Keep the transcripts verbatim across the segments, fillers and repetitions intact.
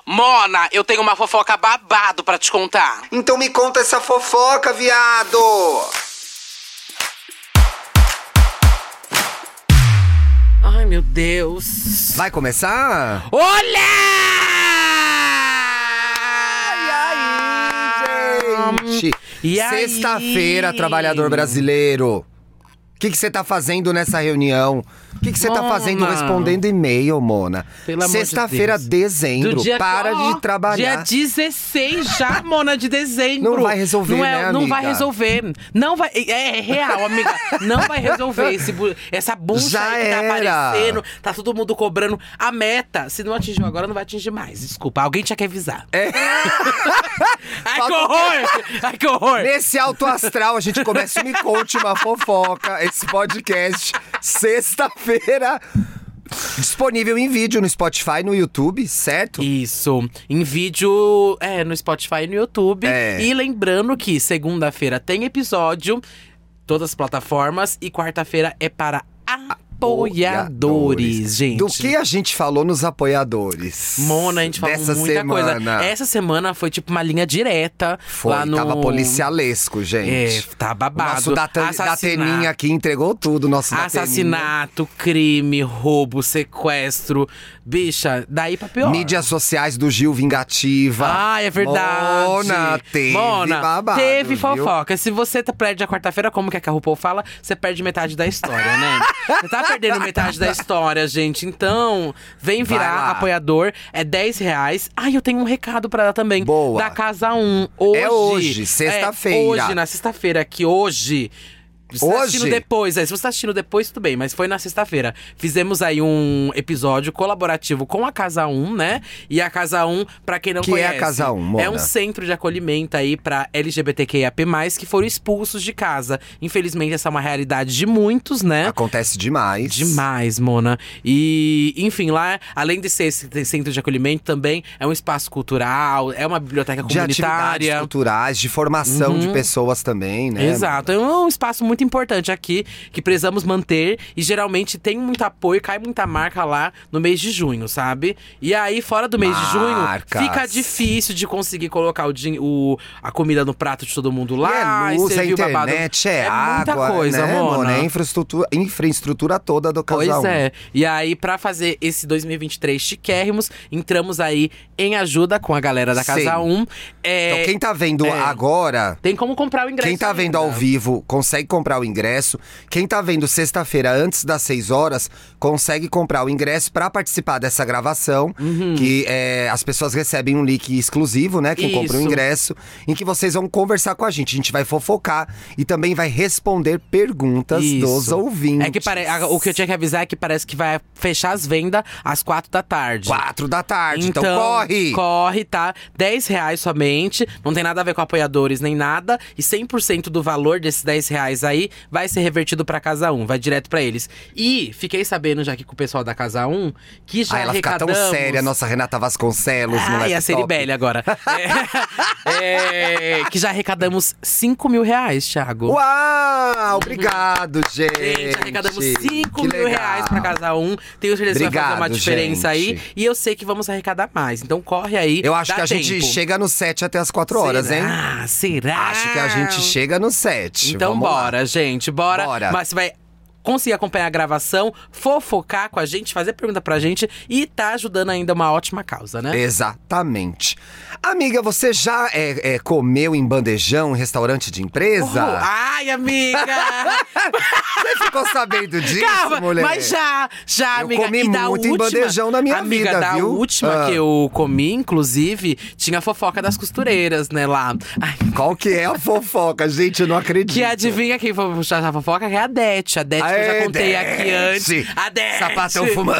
Mona, eu tenho uma fofoca babado pra te contar. Então me conta essa fofoca, viado! Ai, meu Deus. Vai começar? Olha! Gente, E aí? sexta-feira, trabalhador brasileiro. O que você tá fazendo nessa reunião? O que você tá Mona. fazendo respondendo e-mail, Mona? Pelo amor de Sexta-feira, Deus. dezembro. Do dia- Para ó, de trabalhar. Dia dezesseis já, Mona, de dezembro. Não vai resolver, não é, né, Não vai amiga? resolver. Não vai. É, é real, amiga. Não vai resolver esse, bu- essa bucha Já aí que tá era. aparecendo. Tá todo mundo cobrando a meta. Se não atingiu agora, não vai atingir mais. Desculpa. Alguém tinha que avisar. É. Ai, que horror! Ai, que horror! Nesse alto astral, a gente começa o Me Conte Uma Fofoca, esse podcast, sexta-feira. Disponível em vídeo no Spotify, no YouTube, certo? Isso. Em vídeo, é, no Spotify e no YouTube. É. E lembrando que segunda-feira tem episódio, todas as plataformas, e quarta-feira é para apoiadores, gente. Do que a gente falou nos apoiadores? Mona, a gente falou dessa muita semana. coisa. Essa semana foi tipo uma linha direta. Foi, lá no... tava policialesco, É, gente. tá O babado. nosso Data- Dateninha aqui entregou tudo, nosso Dateninha. Assassinato, crime, roubo, sequestro. Bicha, daí pra pior. Mídias sociais do Gil Vingativa. Ah, é verdade. Mona, teve Mona, babado, teve viu? fofoca. Se você tá- perde a quarta-feira, como que é que a RuPaul fala? Você perde metade da história, né? Você tá perdendo metade da história, gente. Então, vem Vai virar lá. apoiador. É dez reais. Ai, eu tenho um recado pra dar também. Boa. Da Casa um. Hoje. É hoje, sexta-feira. É, hoje, na sexta-feira, que hoje… Você tá Hoje? assistindo depois, é, se você tá assistindo depois, tudo bem, mas foi na sexta-feira. Fizemos aí um episódio colaborativo com a Casa um, né? E a Casa um, pra quem não Que é conhece… a Casa um, Mona? É um centro de acolhimento aí pra L G B T Q I A P mais, que foram expulsos de casa. Infelizmente, essa é uma realidade de muitos, né? Acontece demais. Demais, Mona. E, enfim, lá, além de ser esse centro de acolhimento, também é um espaço cultural, é uma biblioteca De atividades comunitária. culturais, de formação de pessoas também, né? Exato, é um espaço muito importante aqui que precisamos manter e geralmente tem muito apoio, cai muita marca lá no mês de junho, sabe? E aí, fora do mês de Marcas. junho, fica difícil de conseguir colocar o, din- o- a comida no prato de todo mundo lá. E é luz, é servir o babado. internet, é, é água, muita coisa, né, Mona. É a infraestrutura, infraestrutura toda do casal. Pois é. E aí, pra fazer esse dois mil e vinte e três chiquérrimos, entramos aí em ajuda com a galera da Casa Sim. um. É, Então quem tá vendo é. agora… Tem como comprar o ingresso. Quem tá vendo ainda. ao vivo consegue comprar o ingresso. Quem tá vendo sexta-feira antes das seis horas consegue comprar o ingresso pra participar dessa gravação. Uhum. Que é, as pessoas recebem um link exclusivo, né? Quem compra o Isso. ingresso. Em que vocês vão conversar com a gente. A gente vai fofocar e também vai responder perguntas Isso. dos ouvintes. É que pare... a- o que eu tinha que avisar é que parece que vai fechar as vendas às quatro da tarde. Quatro da tarde, então, corre! Corre, tá? dez reais somente, não tem nada a ver com apoiadores nem nada. E cem por cento do valor desses dez reais aí vai ser revertido pra Casa um, vai direto pra eles. E fiquei sabendo já aqui com o pessoal da Casa um que já Ah, ela fica tão arrecadamos… séria, nossa Renata Vasconcelos no Ai, a laptop. Ceribelli agora. É, é, que já arrecadamos cinco mil reais, Thiago. Uau! Obrigado, gente! Gente, arrecadamos cinco Que mil legal. reais pra Casa um. Tenho certeza que vai fazer uma Obrigado, diferença aí. gente. E eu sei que vamos arrecadar mais. Então corre aí. Eu acho dá que a gente tempo. chega no sete até as quatro horas, hein? Será? Será? Acho que a gente chega no sete. Então Vamos lá. bora, gente. Bora. Bora. Mas você vai conseguir acompanhar a gravação, fofocar com a gente, fazer pergunta pra gente e tá ajudando ainda uma ótima causa, né? Exatamente. Amiga, você já é, é, comeu em bandejão em restaurante de empresa? Oh, ai, amiga! Você ficou sabendo disso, Calma, mulher? mas já, já, Eu amiga. comi e da muito em última, bandejão na minha amiga, vida, da viu? última Ah. que eu comi, inclusive, tinha a fofoca das costureiras, né, lá. Ai, Qual que é a fofoca? Gente, eu não acredito. que adivinha quem foi puxar essa fofoca? Que é a Dete. A Dete que eu já Aê, contei Dete. aqui antes. A Dete! Sapatão fumante.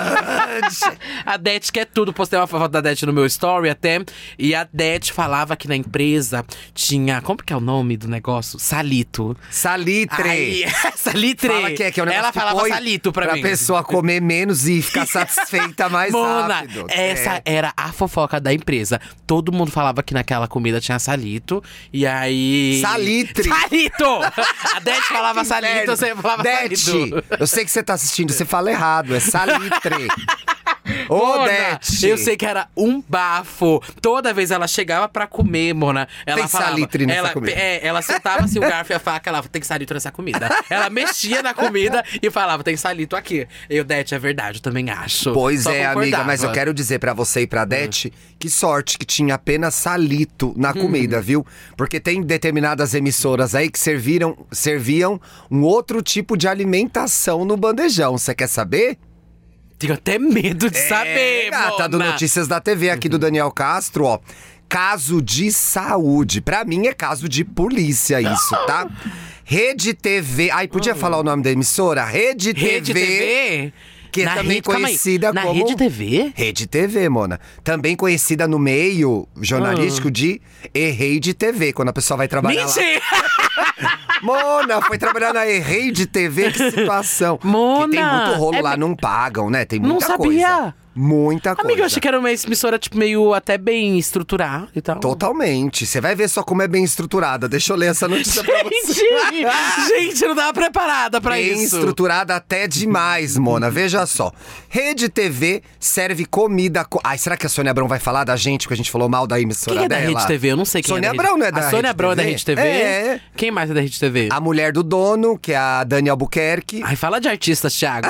A Dete quer tudo. Postei uma foto da Dete no meu story até. E a Dete falava que na empresa tinha… Como que é o nome do negócio? Salito. Salitre. Aí, salitre. Fala que é, que é um negócio Ela que falava põe salito pra, pra mim. pessoa comer menos e ficar satisfeita mais Mona, rápido. essa É. era a fofoca da empresa. Todo mundo falava que naquela comida tinha salito. E aí… Salitre. Salito! A Dete falava Que salito, inferno. você falava Dete, salito. eu sei que você tá assistindo, você fala errado, é salitre. Ô, Mona, Dete. eu sei que era um bafo. Toda vez ela chegava pra comer, Mona. Ela Tem falava, salitre nessa ela, comida. É, ela soltava assim o garfo e a faca, ela tem salitre nessa comida. Ela mexia na comida e falava, tem salito aqui. Eu, Dete, é verdade, eu também acho. Pois Só é, amiga, concordava. mas eu quero dizer pra você e pra Dete que sorte que tinha apenas salito na comida, viu? Porque tem determinadas emissoras aí que serviram, serviam um outro tipo de alimentação no bandejão. Você quer saber? Tenho até medo de saber, É, gata, do Mona. Notícias da T V aqui do Daniel Castro, ó. Caso de saúde. Pra mim é caso de polícia isso, tá? Rede T V. Ai, podia falar o nome da emissora? Rede, Rede T V? Que é Na também rede- calma aí, conhecida na como… Rede T V? Rede T V, Mona. Também conhecida no meio jornalístico Ah. de Errei de T V, quando a pessoa vai trabalhar lá. Mentira! Mona, foi trabalhar na Errei de T V, que situação. Mona, Que tem muito rolo é lá, me- não pagam, né? Tem Não muita sabia. coisa. Muita coisa. Amiga, eu achei que era uma emissora, tipo, meio até bem estruturada e tal. Totalmente. Você vai ver só como é bem estruturada. Deixa eu ler essa notícia pra você. Gente, gente, eu não tava preparada pra Bem isso. estruturada até demais, Mona. Veja só. Rede T V serve comida… Co... Ai, será que a Sônia Abrão vai falar da gente? Porque a gente falou mal da emissora Quem é da dela. Rede T V? Eu não sei quem Sônia é da Rede... Abrão não é da A Sônia Rede Abrão é da T V? Rede T V? É. Quem mais é da Rede T V? A mulher do dono, que é a Dani Albuquerque. Ai, fala de artistas, Thiago.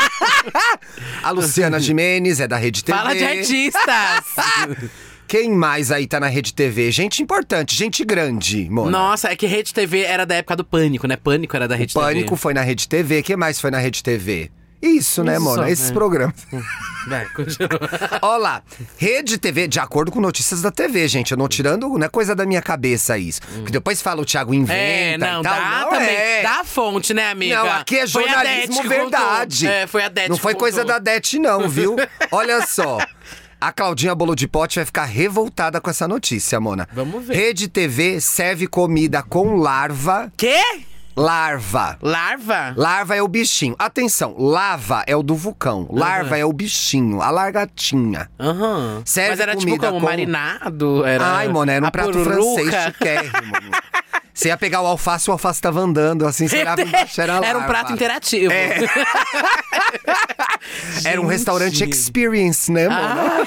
A Luciana Gimenez é da Rede T V. Fala de artistas. Quem mais aí tá na Rede T V? Gente importante, gente grande, Mona. Nossa, é que Rede T V era da época do Pânico, né? Pânico era da Rede Pânico T V. foi na Rede T V. Quem mais foi na Rede T V? Isso, né, Isso, Mona? é. Esses programas. Vai, continua. Ó lá, Rede T V, de acordo com notícias da T V, gente. Eu não tirando, não é coisa da minha cabeça isso. Porque depois fala o Thiago inventa É, não, e tal. dá não também. é. Dá a fonte, né, amiga? Não, aqui é Foi a jornalismo Det que verdade. contou. É, foi a Det Não que foi coisa contou. da Det, não, viu? Olha só. A Claudinha Bolo de Pote vai ficar revoltada com essa notícia, Mona. Vamos ver. Rede T V serve comida com larva. Quê? Larva. Larva? Larva é o bichinho. Atenção, lava é o do vulcão. Larva é o bichinho, a largatinha. Aham. Serve Mas era tipo comida como? com- Marinado? Era Ai, Mona, era um a prato pururuca. francês chiquérrimo. Você ia pegar o alface, o alface tava andando, assim, você olhava embaixo, era larva. Era um prato interativo. É. Era um Gente. restaurante experience, né, Mona?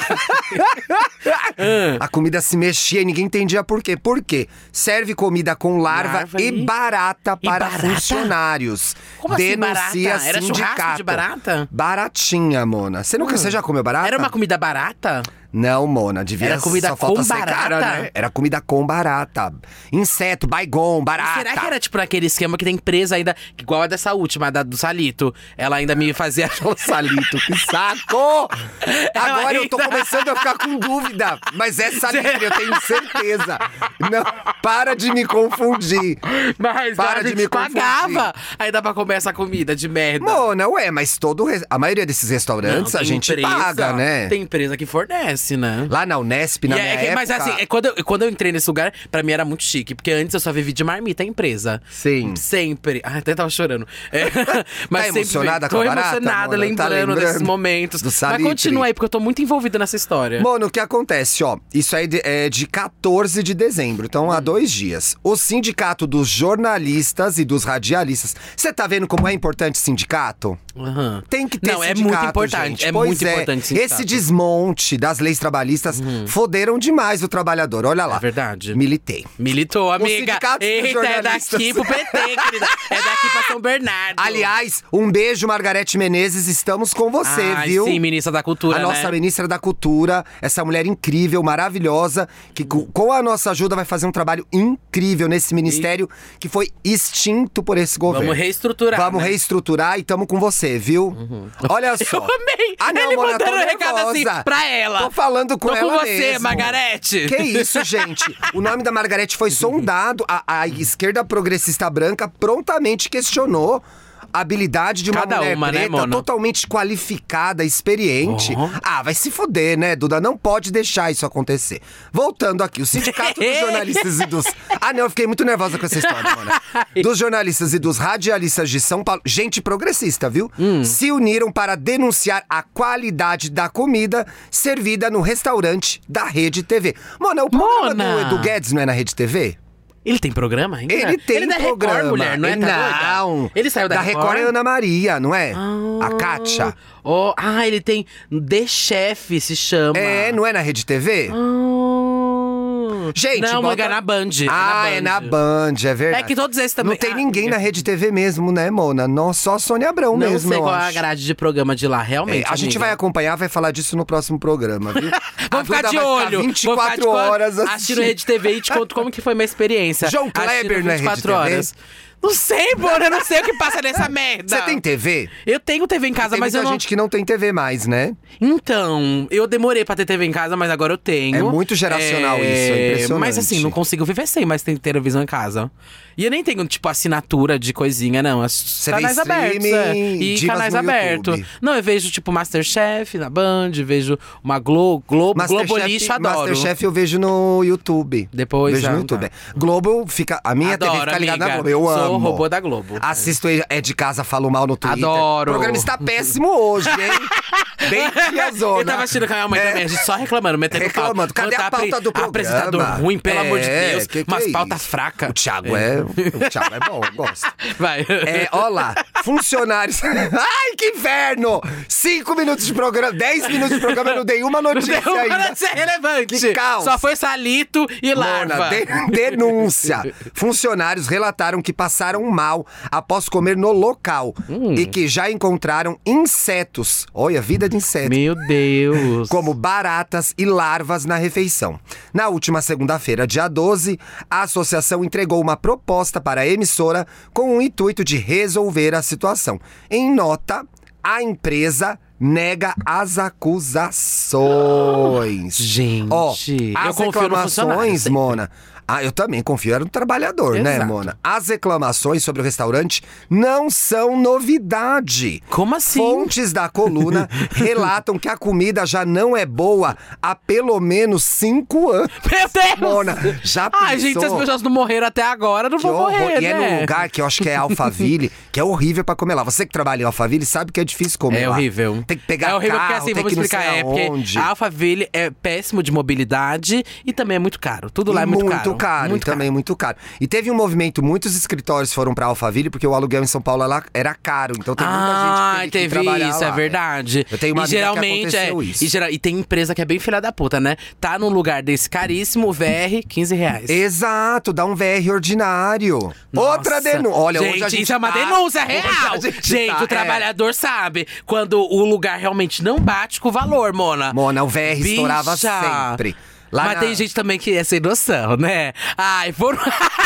A comida se mexia e ninguém entendia por quê. Por quê? Serve comida com larva, Larva e e- barata e para barata? funcionários. Como assim, Denuncia barata? Era churrasco sindicato. de barata? Baratinha, Mona. Você nunca, você já comeu barata? Era uma comida barata? Não, Mona, devia Era comida só falta com ser cara, barata? né? Era comida com barata. Inseto, baigon, barata. Será que era tipo naquele esquema que tem empresa ainda, igual a dessa última, da, do Salito? Ela ainda me fazia. Ô, Salito, que saco! Agora eu tô ainda- começando a ficar com dúvida. Mas é Salitre, eu tenho certeza. Não, para de me confundir. Mas Para a de gente me confundir. pagava ainda pra comer essa comida de merda. Mona, ué, mas todo re- a maioria desses restaurantes Não, a tem gente empresa- paga, né? Tem empresa que fornece, né? Lá na Unesp, na E minha é que- época… mas assim, é quando, eu, quando eu entrei nesse lugar, pra mim era muito chique. Porque antes eu só vivi de marmita a empresa. Sim. Sempre. Ai, até tava chorando. É, mas Tá sempre emocionada Tô com a barata, emocionada, Mona? lembrando, Tá lembrando desses momentos. do Mas Salitre? continua aí, porque eu tô muito envolvida nessa história. Mano, o que acontece, ó? Isso aí de- é de quatorze de dezembro, então há dois dias. O sindicato dos jornalistas e dos radialistas… Você tá vendo como é importante sindicato? Aham. Tem que ter Não, é sindicato, muito importante, gente. é Pois muito importante sindicato. Esse desmonte das leis trabalhistas foderam demais o trabalhador. Olha lá. É verdade. Militei. Militou, amiga. sindicato dos Eita, é jornalistas. daqui pro P T, querida. É daqui pra São Bernardo. Aliás, um beijo, Margarete Menezes. Estamos com você, Ai, viu? sim, ministra da Cultura, A nossa né? ministra da Cultura, essa mulher incrível, maravilhosa, que co- com a nossa ajuda vai fazer um trabalho incrível nesse ministério que foi extinto por esse governo. Vamos reestruturar, Vamos né? reestruturar e tamo com você, viu? Olha só. Eu amei. Ah, não, Ele Mona, tô mandando um recado assim nervosa. pra ela. Tô falando com Tô ela com você, mesmo. Margarete. Que isso, gente? O nome da Margarete foi sondado. A, a esquerda progressista branca prontamente questionou a habilidade de uma Cada mulher uma, né, preta Mona? totalmente qualificada, experiente. Uhum. Ah, vai se foder, né, Duda? Não pode deixar isso acontecer. Voltando aqui, o Sindicato dos Jornalistas e dos… Ah, não, eu fiquei muito nervosa com essa história, Mona. Dos jornalistas e dos radialistas de São Paulo, gente progressista, viu? Hum. Se uniram para denunciar a qualidade da comida servida no restaurante da Rede T V. Mona, o programa Mona! do Edu Guedes não é na Rede T V? Ele tem programa ainda? Ele tem ele é da programa. Record, mulher, não é? Tá não. doida? Ele saiu da, da Record? Record é Ana Maria, não é? Ah, A Kátia. Oh, ah, ele tem The Chef, se chama. É, não é na Rede T V? Ah. Gente, não, bota... é na Band. Ah, é é na na Band. Band, é verdade. É que todos esses também… Não tem ah, ninguém na Rede T V mesmo, né, Mona? Não, só a Sônia Abrão não mesmo, sei eu qual é acho. a grade de programa de lá, realmente, É, a gente amiga. vai acompanhar, vai falar disso no próximo programa, viu? Vamos A ficar Duda de vai olho. Ficar vinte e Vou quatro ficar de horas assistindo assistindo. Rede T V e te conto como que foi minha experiência. João Kleber assistindo na Rede vinte e quatro T V? horas. Não sei, Mona, eu não sei o que passa nessa merda. Você tem T V? Eu tenho T V em casa, Tem mas muita eu não… gente que não tem T V mais, né? Então, eu demorei pra ter T V em casa, mas agora eu tenho. É muito geracional isso, é impressionante. Mas assim, não consigo viver sem mais ter televisão em casa. E eu nem tenho, tipo, assinatura de coisinha, não. As vê canais abertos, streaming, é. E divas canais no abertos. YouTube. Não, eu vejo, tipo, Masterchef na Band, vejo uma Glo Globo, Globo Lixo, adoro. Masterchef eu vejo no YouTube. Depois, Vejo ah, no YouTube. tá. é. Globo fica… A minha Adoro, T V fica ligada amiga. na Globo, eu amo. Sou o robô da Globo. Assisto É de Casa, falo mal no Twitter. Adoro. O programa está péssimo hoje, hein? Bem tiazona. Eu tava assistindo com a minha mãe É. também, a gente só reclamando, metendo Reclamando. pau. Cadê Quanto a pauta do programa? Apresentador ruim, pelo É, amor de Deus. que que umas é pautas isso? fracas. O Thiago é… O Thiago é bom, eu gosto. Vai. É, ó lá, funcionários… Ai, que inferno! Cinco minutos de programa, dez minutos de programa, eu não dei uma notícia Deu ainda. para ser relevante. Que caos. Só foi Salito e Mona, Larva. de- denúncia. Funcionários relataram que passaram mal após comer no local Hum. e que já encontraram insetos. Olha, vida de insetos. Meu Deus. Como baratas e larvas na refeição. Na última segunda-feira, dia doze, a associação entregou uma proposta para a emissora com o intuito de resolver a situação. Em nota, a empresa nega as acusações. Gente, Ó, eu as confio no funcionário, reclamações, sempre. Mona… Ah, eu também confio, era um trabalhador, né, Exato. Mona? As reclamações sobre o restaurante não são novidade. Como assim? Fontes da coluna relatam que a comida já não é boa há pelo menos cinco anos. Meu Deus! Mona, já pensou? Ai, gente, se as pessoas não morreram até agora, não Que vão horror. morrer, E é né? num lugar que eu acho que é Alphaville, que é horrível pra comer lá. Você que trabalha em Alphaville sabe que é difícil comer É lá. horrível. Tem que pegar É horrível carro, porque assim, tem vamos que não explicar. sei É porque aonde. a Alphaville é péssimo de mobilidade e também é muito caro. Tudo lá é muito, muito caro. Muito e também muito caro. E teve um movimento, muitos escritórios foram pra Alphaville, porque o aluguel em São Paulo lá era caro. Então tem muita Ah, gente que teve, que teve trabalhar isso, lá, é verdade. Eu tenho uma e amiga que geralmente é, aconteceu isso. E, geral, e tem empresa que é bem filha da puta, né? Tá num lugar desse caríssimo, V R, quinze reais. Exato, dá um V R ordinário. Nossa. Outra denúncia. Olha, gente, hoje a gente isso é uma tá- denúncia hoje real. a gente Gente, tá- o trabalhador sabe quando o lugar realmente não bate com o valor, Mona. Mona, o V R estourava Bicha. sempre. Lá Mas na- tem gente também que é sem noção, né? Ai, vou no…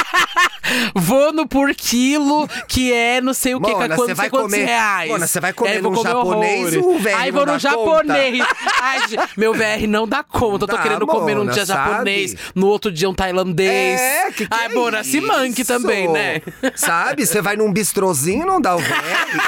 vou no por quilo, que é não sei o que, Mona, que é quantos, você vai quantos comer- reais. Mona, você vai comer E aí vou num comer japonês, horrores. o V R Ai, não vou dá no japonês. Ai, gente, meu V R não dá conta. Eu tô Dá, querendo comer num Mona, dia sabe? japonês, no outro dia um tailandês. É, que que Ai, é Mona, se manque isso? também, né? Sabe? Você vai num bistrozinho, não dá o V R.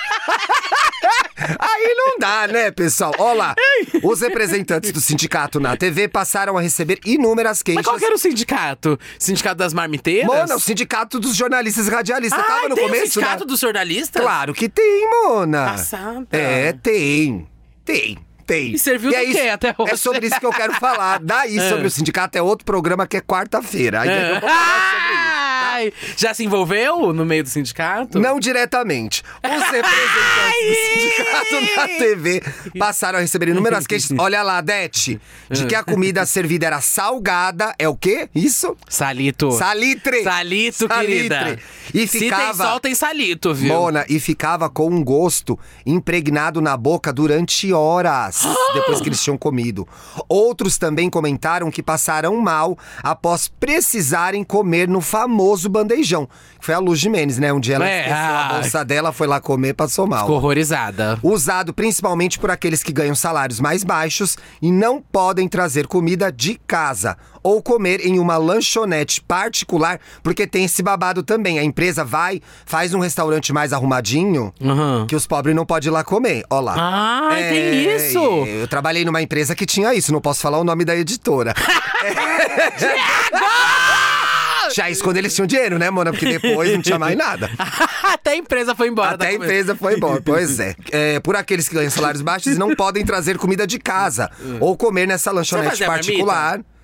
Aí não dá, né, pessoal? Olha lá, os representantes do sindicato na T V passaram a receber inúmeras queixas. Mas qual que era o sindicato? Sindicato das marmiteiras? Mona, o sindicato dos jornalistas e radialistas. Ah, Tava no tem o começo, sindicato né? dos jornalistas? Claro que tem, Mona. Passada. É, tem. Tem. Tem. E serviu é do quê isso- até hoje? É sobre isso que eu quero falar. Daí, É. sobre o sindicato, é outro programa que é quarta-feira. Aí eu vou falar sobre isso. Ai, já se envolveu no meio do sindicato? Não diretamente. Os representantes do sindicato na T V passaram a receber inúmeras queixas. Olha lá, Dete, de que a comida servida era salgada. É o quê? Isso? Salito. Salitre. Salito, querida. E Se ficava… tem sol, tem salito, viu? Mona, e ficava com um gosto impregnado na boca durante horas depois que eles tinham comido. Outros também comentaram que passaram mal após precisarem comer no famoso bandejão. Foi a Luz Jimenez, né? Um dia ela É, esqueceu a ah. bolsa dela, foi lá comer, passou mal. Ficou horrorizada. Usado principalmente por aqueles que ganham salários mais baixos e não podem trazer comida de casa ou comer em uma lanchonete particular, porque tem esse babado também. A empresa vai, faz um restaurante mais arrumadinho, Uhum. que os pobres não podem ir lá comer. Ó lá. Ah, tem isso! é, Eu trabalhei numa empresa que tinha isso, não posso falar o nome da editora. Já isso quando eles tinham dinheiro, né, Mona? Porque depois não tinha mais nada. Até a empresa foi embora. Até tá a comendo. empresa foi embora, pois é. É, por aqueles que ganham salários baixos, não podem trazer comida de casa ou comer nessa lanchonete fazia particular.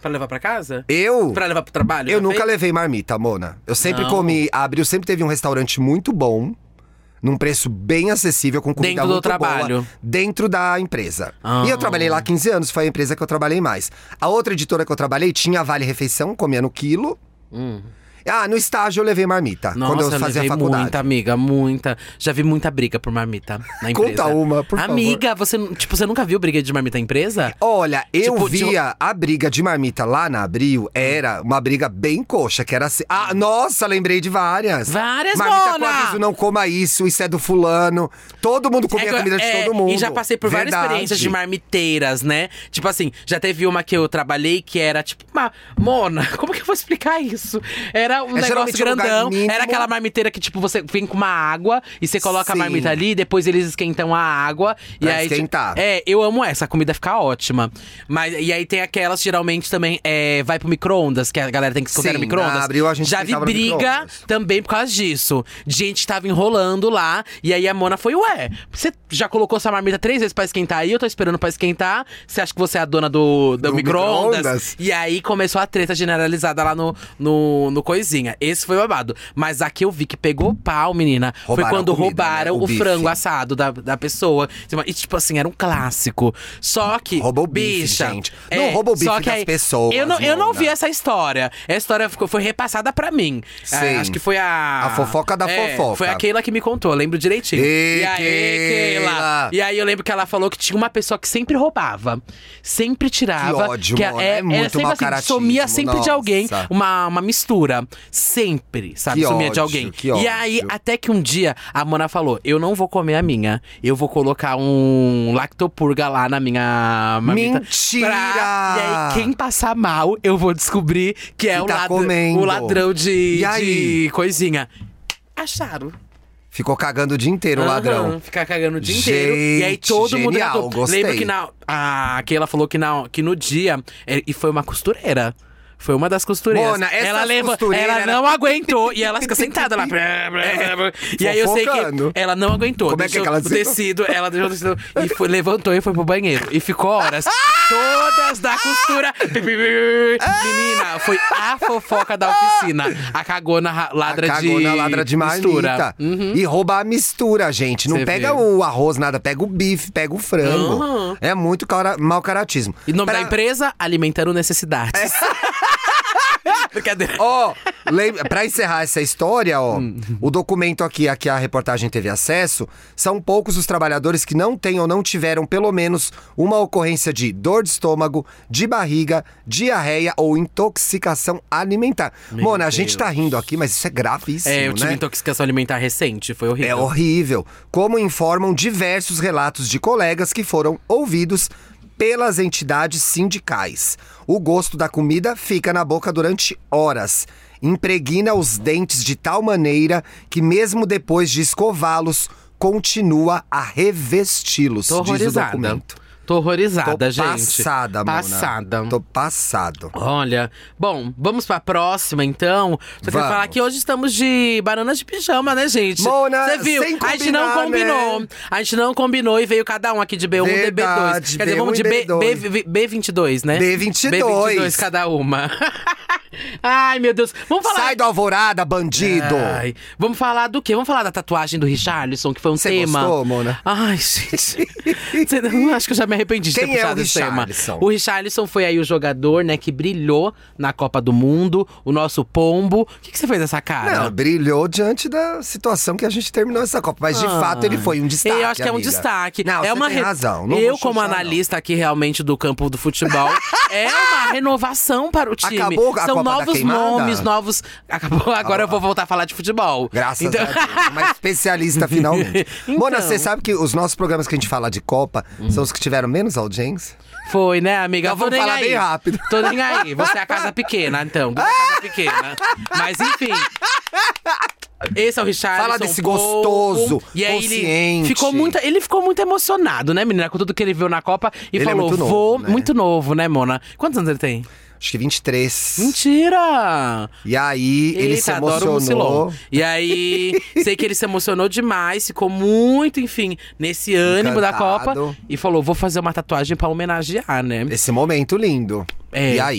Pra levar pra casa? Eu? Pra levar pro trabalho? Eu já nunca fez? levei marmita, Mona. Eu sempre Não. comi… A Abril sempre teve um restaurante muito bom. Num preço bem acessível, com comida Dentro do muito trabalho. boa. Dentro da empresa. Ah. E eu trabalhei lá há quinze anos, foi a empresa que eu trabalhei mais. A outra editora que eu trabalhei tinha vale-refeição, comia no quilo. Hum. Ah, no estágio eu levei marmita, Nossa, quando eu fazia levei faculdade. muita, amiga, muita. Já vi muita briga por marmita na empresa. Conta uma, por favor. Amiga, você, tipo, você nunca viu briga de marmita na empresa? Olha, eu Tipo, de- via a briga de marmita lá na Abril, era uma briga bem coxa, que era assim… Ah, nossa, lembrei de várias. Várias, Marmita Mona! com aviso, não coma isso, isso é do fulano. Todo mundo comia É que a eu- comida de é, todo mundo. E já passei por várias Verdade. experiências de marmiteiras, né? Tipo assim, já teve uma que eu trabalhei que era tipo uma… Mona, como que eu vou explicar isso? Era um É, negócio geralmente um lugar grandão. mínimo. Era aquela marmiteira que, tipo, você vem com uma água e você coloca Sim. a marmita ali, depois eles esquentam a água. E Pra aí, tipo, esquentar. é, eu amo essa, a comida fica ótima. Mas, e aí tem aquelas, geralmente, também, é, vai pro micro-ondas, que a galera tem que esconder Sim, no micro-ondas. na Abril a gente Já vi esquentava no briga micro-ondas. também por causa disso. Gente tava enrolando lá, e aí a Mona foi, ué, você já colocou sua marmita três vezes pra esquentar aí, eu tô esperando pra esquentar, você acha que você é a dona do, do, Do micro-ondas? micro-ondas? E aí começou a treta generalizada lá no, no, no coisinha. Esse foi o babado. Mas a que eu vi que pegou pau, menina, Roubaram foi quando a comida, roubaram né? O o, bife. frango assado da, da pessoa. E tipo assim, era um clássico. Só que, Roubou o bife, bicha… gente. Não rouba o bife só que das aí- pessoas, Eu não, eu não Mona. vi essa história. Essa história ficou, foi repassada pra mim. Sim. É, acho que foi a… A fofoca da é, fofoca. Foi a Keila que me contou, eu lembro direitinho. Ê, e aí, Keila! Keila! E aí eu lembro que ela falou que tinha uma pessoa que sempre roubava. Sempre tirava. Que ódio, que Mona, é, é muito era sempre mau assim, caratismo, sumia sempre de alguém. nossa. Uma, uma mistura. Sempre, sabe? Que sumia de ódio, alguém. que E ódio. aí, até que um dia, a Mona falou, eu não vou comer a minha. Eu vou colocar um lactopurga lá na minha marmita. Mentira! Pra- E aí, quem passar mal, eu vou descobrir que é Que o, tá ladr- comendo. o ladrão de, E aí? de coisinha. Acharam. Ficou cagando o dia inteiro o Aham, ladrão. ficar cagando o dia inteiro. E aí Gente, todo mundo genial, catou. gostei. Lembro que na. A Keila falou que, na, que no dia. é, E foi uma costureira. Foi uma das costureiras. Mona, essas ela leva, costureiras ela era- não aguentou e ela fica sentada lá. E aí eu sei que fofocando. ela não aguentou. Como é que deixou ela o dizia? tecido, ela deixou o tecido e foi, levantou e foi pro banheiro. E ficou horas. Todas da costura. Menina, foi a fofoca da oficina. A cagona ra- ladra A de cagona ladra de mistura. marmita. Uhum. E rouba a mistura, gente. Não Cê pega vê. o arroz, nada. Pega o bife, pega o frango. Uhum. É muito cara, mau caratismo. E o nome Pra- da empresa? Alimentando Necessidades. Brincadeira. Ó, lem- pra encerrar essa história, ó, Hum. o documento aqui a que a reportagem teve acesso, são poucos os trabalhadores que não têm ou não tiveram pelo menos uma ocorrência de dor de estômago, de barriga, diarreia ou intoxicação alimentar. Meu Mona, a gente Deus. tá rindo aqui, mas isso é gravíssimo, É, eu tive né? intoxicação alimentar recente, foi horrível. É horrível. Como informam diversos relatos de colegas que foram ouvidos pelas entidades sindicais. O gosto da comida fica na boca durante horas. Impregna os dentes de tal maneira que mesmo depois de escová-los, continua a revesti-los, Tô diz o horrorizada. documento. Tô horrorizada, Tô gente. passada, Mona. Passada. Tô passado. Olha, bom, vamos pra próxima então. Só queria Vamos. falar que hoje estamos de bananas de pijama, né, gente? Mona, Você viu? sem a gente não combinar, combinou. né? A gente não combinou e veio cada um aqui de B um e B dois. Verdade, Quer dizer, vamos de B um e B, B dois. B, B vinte e dois, né? B vinte e dois. B vinte e dois cada uma. Ai, meu Deus. Vamos falar. Sai do Alvorada, bandido! Ai, vamos falar do quê? Vamos falar da tatuagem do Richarlison, que foi um Cê tema. gostou, Mona? Ai, gente. Cê- eu acho que eu já me arrependi de Quem ter é o puxado esse tema. Richarlison? O Richarlison foi aí o jogador, né, que brilhou na Copa do Mundo, o nosso pombo. O que, que você fez nessa cara? Não, brilhou diante da situação que a gente terminou essa Copa. Mas de Ah. fato ele foi um destaque. Eu acho que é um amiga. destaque. Não, é você uma tem re- razão. Não eu, vou como chuchar, não. analista aqui realmente do campo do futebol, é uma renovação para o time. Acabou a São Copa da novos Queimada? nomes, novos. Acabou, agora eu vou voltar a falar de futebol. Graças Então- a Deus. Uma especialista finalmente. Então. Mona, você sabe que os nossos programas que a gente fala de Copa Hum. são os que tiveram menos audiência? Foi, né, amiga? Então Tô vamos nem falar aí. bem rápido. Tô nem aí. Você é a casa pequena, então. Você é a casa pequena. Mas enfim. Esse é o Richarlison. Fala desse Pombo. gostoso, E aí ele consciente. ficou muito, ele ficou muito emocionado, né, menina? Com tudo que ele viu na Copa. E Ele é falou, muito novo, vou… né? Muito novo, né, Mona? Quantos anos ele tem? Acho que vinte e três. Mentira! E aí ele Eita, se adoro o emocionou. Mucilon. E aí, sei que ele se emocionou demais, ficou muito, enfim, nesse ânimo da Encantado. Copa. E falou, vou fazer uma tatuagem pra homenagear, né? Esse momento lindo. É. E aí?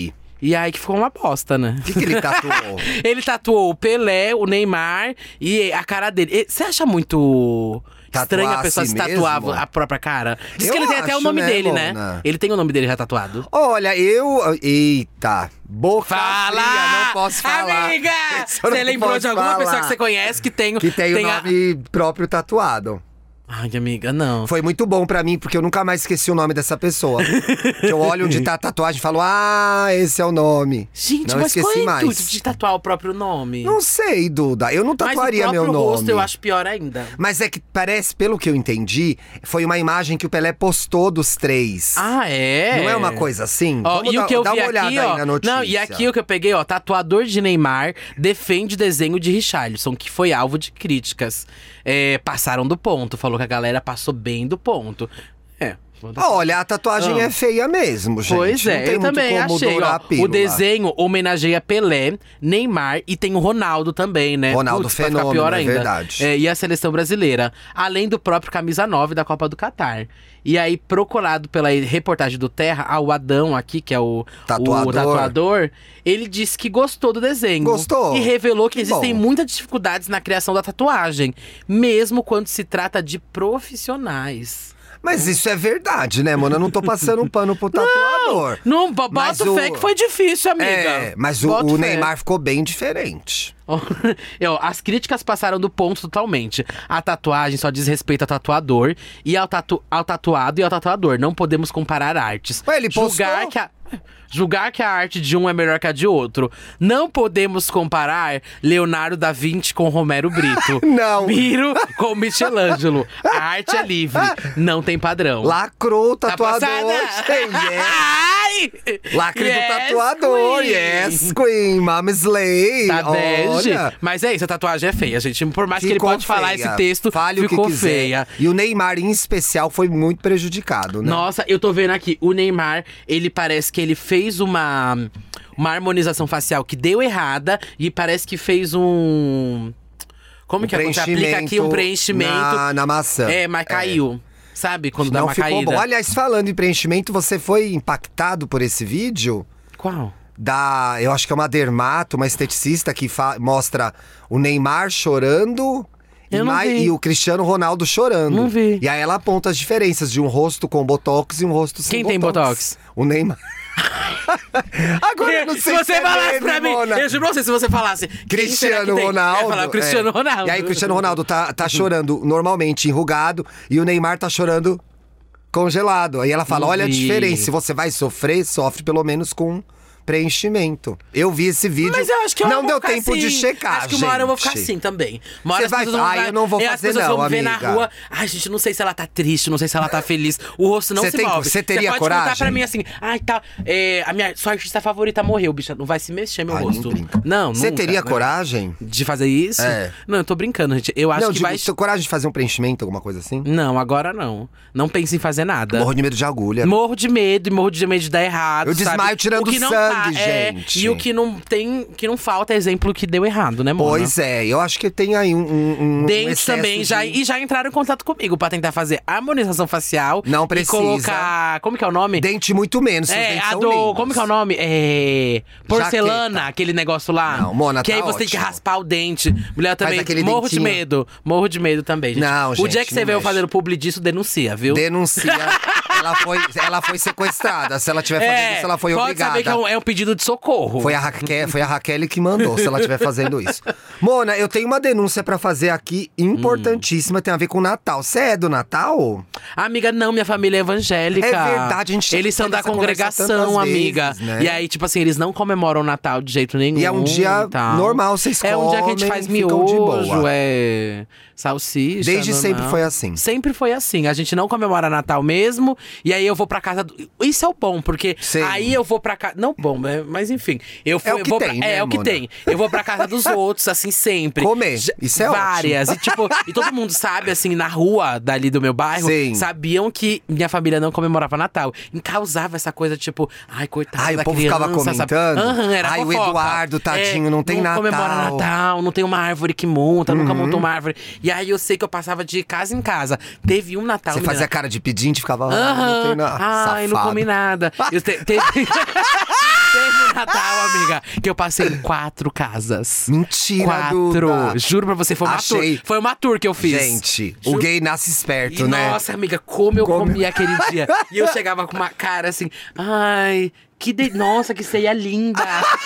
E aí que ficou uma bosta, né? O que, que ele tatuou? Ele tatuou o Pelé, o Neymar e a cara dele. Você acha muito estranho a pessoa se tatuar mesmo? a própria cara? Diz Eu que ele tem até o acho, nome né, dele, Mona? né? Ele tem o nome dele já tatuado. Olha, eu. Eita. Boca Fala! fria, não posso falar. Amiga! Isso eu não Você lembrou posso de alguma falar. pessoa que você conhece que tem, Que tem, tem o a- nome próprio tatuado. Ai, amiga, não. Foi muito bom pra mim, porque eu nunca mais esqueci o nome dessa pessoa. Que eu olho onde tá a tatuagem e falo, ah, esse é o nome. Gente, não mas qual esqueci é o mais. intuito de tatuar o próprio nome? Não sei, Duda. Eu não tatuaria mas o meu próprio nome. rosto eu acho pior ainda. Mas é que parece, pelo que eu entendi, foi uma imagem que o Pelé postou dos três. Ah, é? Não é uma coisa assim? Ó, Vamos e dar, o que eu dá vi uma olhada aqui, aí ó. na notícia. Não, e aqui o que eu peguei, ó, tatuador de Neymar defende desenho de Richarlison, que foi alvo de críticas. É, passaram do ponto, falou que a galera passou bem do ponto. É. Olha, a tatuagem Ah. é feia mesmo, gente. Pois Não é, tem eu muito também como achei, dourar ó. a pílula. O desenho homenageia Pelé, Neymar e tem o Ronaldo também, né? Ronaldo Putz, vai ficar fenômeno, pior é ainda. verdade. É, e a seleção brasileira, além do próprio camisa nove da Copa do Catar. E aí, procurado pela reportagem do Terra, ah, o Adão aqui, que é o Tatuador. o tatuador, ele disse que gostou do desenho. Gostou? E revelou que, Que existem bom. muitas dificuldades na criação da tatuagem, mesmo quando se trata de profissionais. Mas isso é verdade, né, mano? Eu não tô passando um pano pro tatuador. Não, bo- Mas bota o- fé que foi difícil, amiga. É, mas o, Bota o fé. Neymar ficou bem diferente. Ó, ó, as críticas passaram do ponto totalmente. A tatuagem só diz respeito ao tatuador e ao, tatu ao tatuado e ao tatuador. Não podemos comparar artes. Ué, ele julgar postou? que a Julgar que a arte de um é melhor que a de outro. Não podemos comparar Leonardo da Vinci com Romero Brito. Não. Miro com Michelangelo. A arte é livre, não tem padrão. Lacrou o Tá tatuador. passada? Yes. Ai! Lacre Yes, do tatuador. queen. Yes, Queen. Mama Slay. Tá bege. Olha. Mas é isso, a tatuagem é feia, gente. Por mais que ele Ficou pode falar feia. esse texto, Fale o ficou que quiser. feia. E o Neymar, em especial, foi muito prejudicado, né? Nossa, eu tô vendo aqui, o Neymar, ele parece que ele fez uma, uma harmonização facial que deu errada e parece que fez um… Como Um que é? Quando você aplica aqui um preenchimento… Na, na maçã. É, mas caiu. Sabe? Quando dá Não uma ficou caída. bom. Aliás, falando em preenchimento, você foi impactado por esse vídeo? Qual? Da, eu acho que é uma dermato, uma esteticista que fa- mostra o Neymar chorando e, Eu não mai- vi. e o Cristiano Ronaldo chorando. Não vi. E aí ela aponta as diferenças de um rosto com botox e um rosto sem Quem tem botox? O Neymar. Agora eu não sei se você é falasse meme, pra mim, Mona. eu juro pra você, se você falasse quem será que Cristiano tem? Ronaldo. Eu ia falar o Cristiano é. Ronaldo. E aí o Cristiano Ronaldo tá, tá chorando normalmente enrugado e o Neymar tá chorando congelado. Aí ela fala: Não olha a vi. diferença. Se você vai sofrer, sofre pelo menos com preenchimento. Eu vi esse vídeo. Mas eu acho que eu não vou deu ficar tempo assim. de checar, Acho que uma hora eu vou ficar gente. assim também. Uma hora Você as vai- pessoas vão Ah, eu não vou e as fazer pessoas não, vão me ver na amiga. rua. Ai, gente, não sei se ela tá triste, não sei se ela tá feliz. O rosto não Você se tem- move. você teria pode coragem? contar pra mim assim, ai, tá, é, a minha sua artista favorita morreu, bicha. Não vai se mexer meu Ai, nem rosto. brinca. Não, Você nunca, teria né? coragem? De fazer isso? É. Não, eu tô brincando, gente. Eu acho não, que digo, vai… você tem coragem de fazer um preenchimento, alguma coisa assim? Não, agora não. Não pense em fazer nada. Morro de medo de agulha. Morro de medo e morro de medo de dar errado. Eu sabe? desmaio tirando O que não sangue, tá- é, gente. E o que não tem, que não falta é exemplo que deu errado, né, Mona? Pois é, eu acho que tem aí um, um, um Dentes excesso também de- já, e já entraram em contato comigo pra tentar fazer harmonização facial. Não E precisa. colocar. Como que é o nome? Dente muito menos, seus É, dentes a são do. lindos. Como que é o nome? É. Porcelana, Jaqueta. aquele negócio lá. Não, Mona, Que tá aí você tem que ótimo. raspar o dente. Mulher também. aquele Morro de dentinho. medo. Morro de medo também, gente. Não, O gente, dia que você não veio mexe. fazendo publi disso, denuncia, viu? Denuncia. ela, foi, ela foi sequestrada. Se ela tiver fazendo isso, ela foi pode obrigada. saber que é um, é um pedido de socorro. Foi a, Raquel, foi a Raquel que mandou, se ela estiver fazendo isso. Mona, eu tenho uma denúncia pra fazer aqui, importantíssima, tem a ver com o Natal. Você é do Natal? Amiga, não, minha família é evangélica. É verdade, a gente já Eles são teve da essa conversa congregação, tantas amiga. vezes, né? E aí, tipo assim, eles não comemoram o Natal de jeito nenhum. E é um dia tal. normal, vocês É um dia que a gente comem, faz ficam de miojo, boa. é salsicha. Desde normal. sempre foi assim. Sempre foi assim. A gente não comemora Natal mesmo. E aí eu vou pra casa. Do... Isso é o bom, porque Sim. aí eu vou pra casa. Não bom, né? Mas enfim. Eu fui, É o eu que vou tem, pra... né, É, é o que Mona? tem. Eu vou pra casa dos outros, assim, sempre. Comer. Já- Isso é Várias. ótimo. E tipo, e todo mundo sabe, assim, na rua dali do meu bairro, Sim. sabiam que minha família não comemorava Natal. E causava essa coisa, tipo, ai, coitada Ai, o da povo criança, ficava comentando? sabe? Aham, era Ai, o fofoca. Eduardo, tadinho, É, não tem Natal. comemora Natal, não tem uma árvore que monta, nunca Uhum. montou uma árvore. E aí eu sei que eu passava de casa em casa. Teve um Natal… Você menina, fazia cara de pedinte e ficava… Ah, Aham. não tem nada. Ai, não Safado. comi nada. Eu te- teve... teve um Natal, amiga, que eu passei em quatro casas. Mentira, Quatro. Duda. Juro pra você, foi uma Achei. tour. Foi uma tour que eu fiz. Gente, Juro. o gay nasce esperto, E, né? Nossa, amiga, como eu Como- comi aquele dia. E eu chegava com uma cara assim, ai, que de... Nossa, que ceia linda.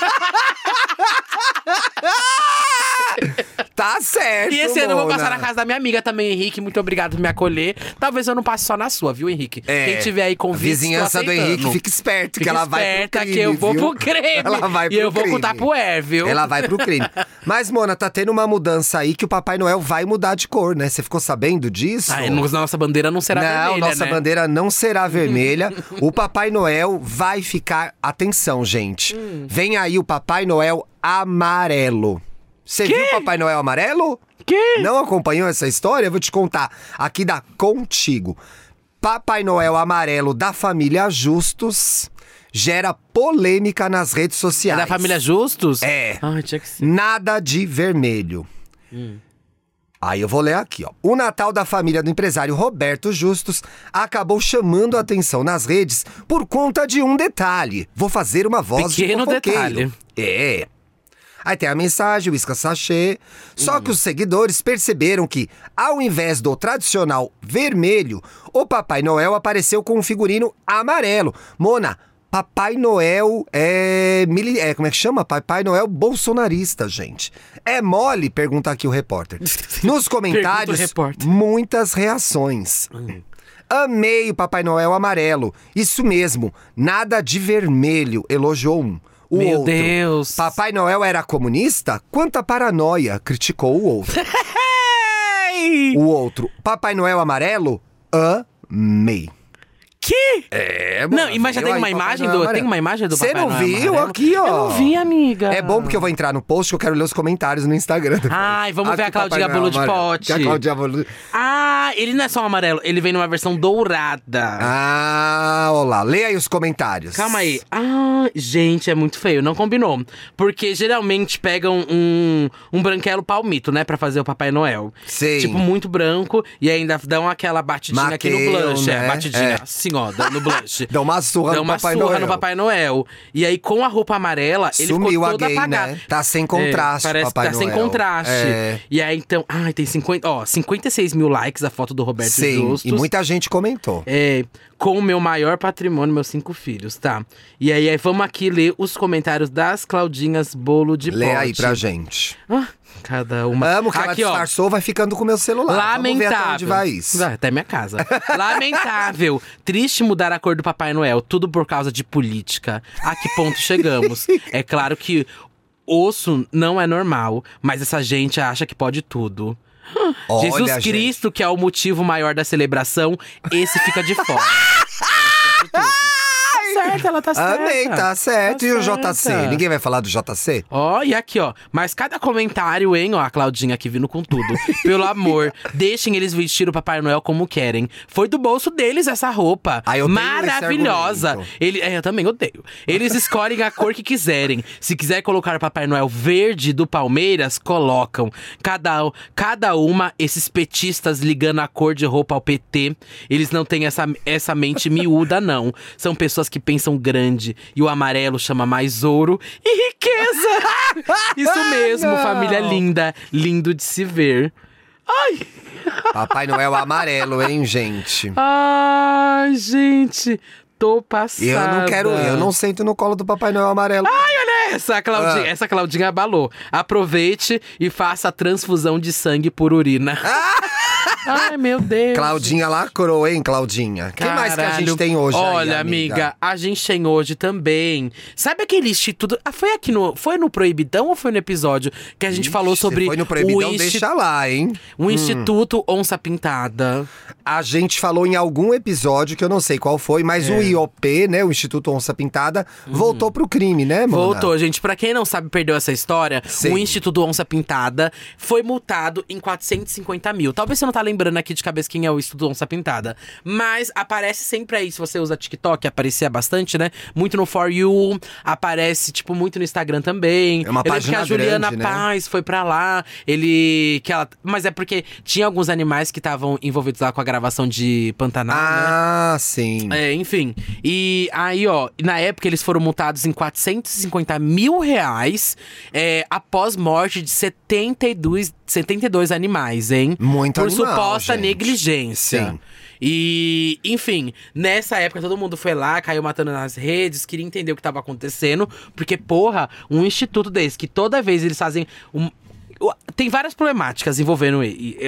Tá certo, E esse ano eu vou Mona. passar na casa da minha amiga também, Henrique. Muito obrigado por me acolher. Talvez eu não passe só na sua, viu, Henrique? É, Quem tiver aí a convite, vizinhança do Henrique, fica esperto, que Fica ela vai pro esperta crime, que eu vou viu? pro crime. Ela vai e pro eu vou crime. contar pro Er, viu? Ela vai pro crime. Mas, Mona, tá tendo uma mudança aí que o Papai Noel vai mudar de cor, né? Você ficou sabendo disso? Ai, nossa bandeira não será não, vermelha, nossa né? bandeira não será vermelha. O Papai Noel vai ficar… Atenção, gente. Hum. Vem aí o Papai Noel amarelo. Você viu o Papai Noel amarelo? Que? Não acompanhou essa história? Eu vou te contar aqui da Contigo. Papai Noel amarelo da família Justus gera polêmica nas redes É sociais. da família Justus? É. Ai, tinha que ser. Nada de vermelho. Hum. Aí eu vou ler aqui, ó. O Natal da família do empresário Roberto Justus acabou chamando a atenção nas redes por conta de um detalhe. Vou fazer uma voz Pequeno de fofoqueiro. detalhe. É. Aí tem a mensagem, o Isca Sachê. Só que os seguidores perceberam que, ao invés do tradicional vermelho, o Papai Noel apareceu com um figurino amarelo. Mona, Papai Noel é, mili- é… Como é que chama? Papai Noel bolsonarista, gente. É mole? Pergunta aqui o repórter. Nos comentários, Pergunta o repórter. muitas reações. Amei o Papai Noel amarelo. Isso mesmo, nada de vermelho, elogiou um. O Meu outro, Deus. Papai Noel era comunista? Quanta paranoia, criticou o outro. Ei! O outro, Papai Noel amarelo? Amei. Que? É, Não, mas já tem uma imagem do, tem uma imagem do Papai Noel Você não viu amarelo? aqui, ó? Eu não vi, amiga. É bom porque eu vou entrar no post que eu quero ler os comentários no Instagram. Ai, vamos ver Aqui, a Claudinha Papai Noel Bolo de amarelo. Pote. Que a Claudinha Bolo… Ah, ele não é só um amarelo, ele vem numa versão dourada. Ah, olha lá. Lê aí os comentários. Calma aí. Ah, gente, é muito feio. Não combinou. Porque geralmente pegam um, um branquelo palmito, né? Pra fazer o Papai Noel. Sim. Tipo, muito branco. E ainda dão aquela batidinha aqui no Maqueiam, blush. né? É, batidinha. É. Assim, ó, no blush. Dá uma surra Dá no uma Papai surra Noel. no Papai Noel. E aí, com a roupa amarela, ele Sumiu ficou a todo gay, apagado. né? Tá sem contraste, É, parece Papai que tá sem Noel. contraste. É. E aí, então… Ai, tem cinquenta… Ó, cinquenta e seis mil likes a foto do Roberto Sim, Justus. e muita gente comentou. É, com o meu maior patrimônio, meus cinco filhos, tá? E aí, aí vamos aqui ler os comentários das Claudinhas Bolo de Pote. Lê aí pra gente. Ah, cada uma. Amo que ela aqui, ó. disfarçou, vai ficando com o meu celular. Vamos ver até Lamentável. onde vai isso. Vai até minha casa. Lamentável. Triste mudar a cor do Papai Noel. Tudo por causa de política. A que ponto chegamos? É claro que osso não é normal, mas essa gente acha que pode tudo. Olha, Jesus gente. Cristo, que é o motivo maior da celebração, esse fica de fora. Tá certo, ela tá certa. Amei, tá certo. Tá e o certa. J C? Ninguém vai falar do J C? Ó, e aqui, ó. Mas cada comentário, hein? Ó, a Claudinha aqui vindo com tudo. Pelo amor, deixem eles vestir o Papai Noel como querem. Foi do bolso deles essa roupa. Ai, eu odeio esse Maravilhosa. argumento. Ele, é, eu também odeio. Eles escolhem a cor que quiserem. Se quiser colocar o Papai Noel verde do Palmeiras, colocam. Cada, cada uma, esses petistas ligando a cor de roupa ao P T. Eles não têm essa, essa mente miúda, não. São pessoas que pensam grande. E o amarelo chama mais ouro e riqueza. Isso mesmo, Não. família linda. Lindo de se ver. Ai, Papai Noel amarelo, hein, gente? ai, gente. Tô passada. E eu não quero, eu não sento no colo do Papai Noel amarelo. Ai, olha essa, Claudinha. Ah. Essa Claudinha abalou. Aproveite e faça a transfusão de sangue por urina. Ai, meu Deus. Claudinha lacrou, hein, Claudinha? O que mais que a gente Caralho. tem hoje aí, Olha, amiga, a gente tem hoje também. Sabe aquele instituto… Ah, foi aqui no… Foi no Proibidão ou foi no episódio que a gente Ixi, falou se sobre foi no Proibidão, o, insti- deixa lá, hein? o Instituto Onça Pintada? A gente falou em algum episódio, que eu não sei qual foi, mas É. o I O P, né, o Instituto Onça Pintada, voltou pro crime, né, Mona? Voltou, gente. Pra quem não sabe, perdeu essa história. Sim. O Instituto Onça Pintada foi multado em quatrocentos e cinquenta mil. Talvez você não tá lembrando aqui de cabeça quem é o Instituto Onça Pintada. Mas aparece sempre aí, se você usa TikTok, aparecia bastante, né? Muito no For You, aparece, tipo, muito no Instagram também. É uma Eu lembro que página a Juliana grande, né? Paz foi pra lá, ele… Que ela, mas é porque tinha alguns animais que estavam envolvidos lá com a gravação de Pantanal, né? Ah, sim. É, enfim. E aí, ó, na época eles foram multados em quatrocentos e cinquenta mil reais é, após morte de setenta e dois, setenta e dois animais, hein? Muito Por animal, suposta gente. negligência. Sim. E, enfim, nessa época todo mundo foi lá, caiu matando nas redes, queria entender o que tava acontecendo. Porque, porra, um instituto desse, que toda vez eles fazem… Um, tem várias problemáticas envolvendo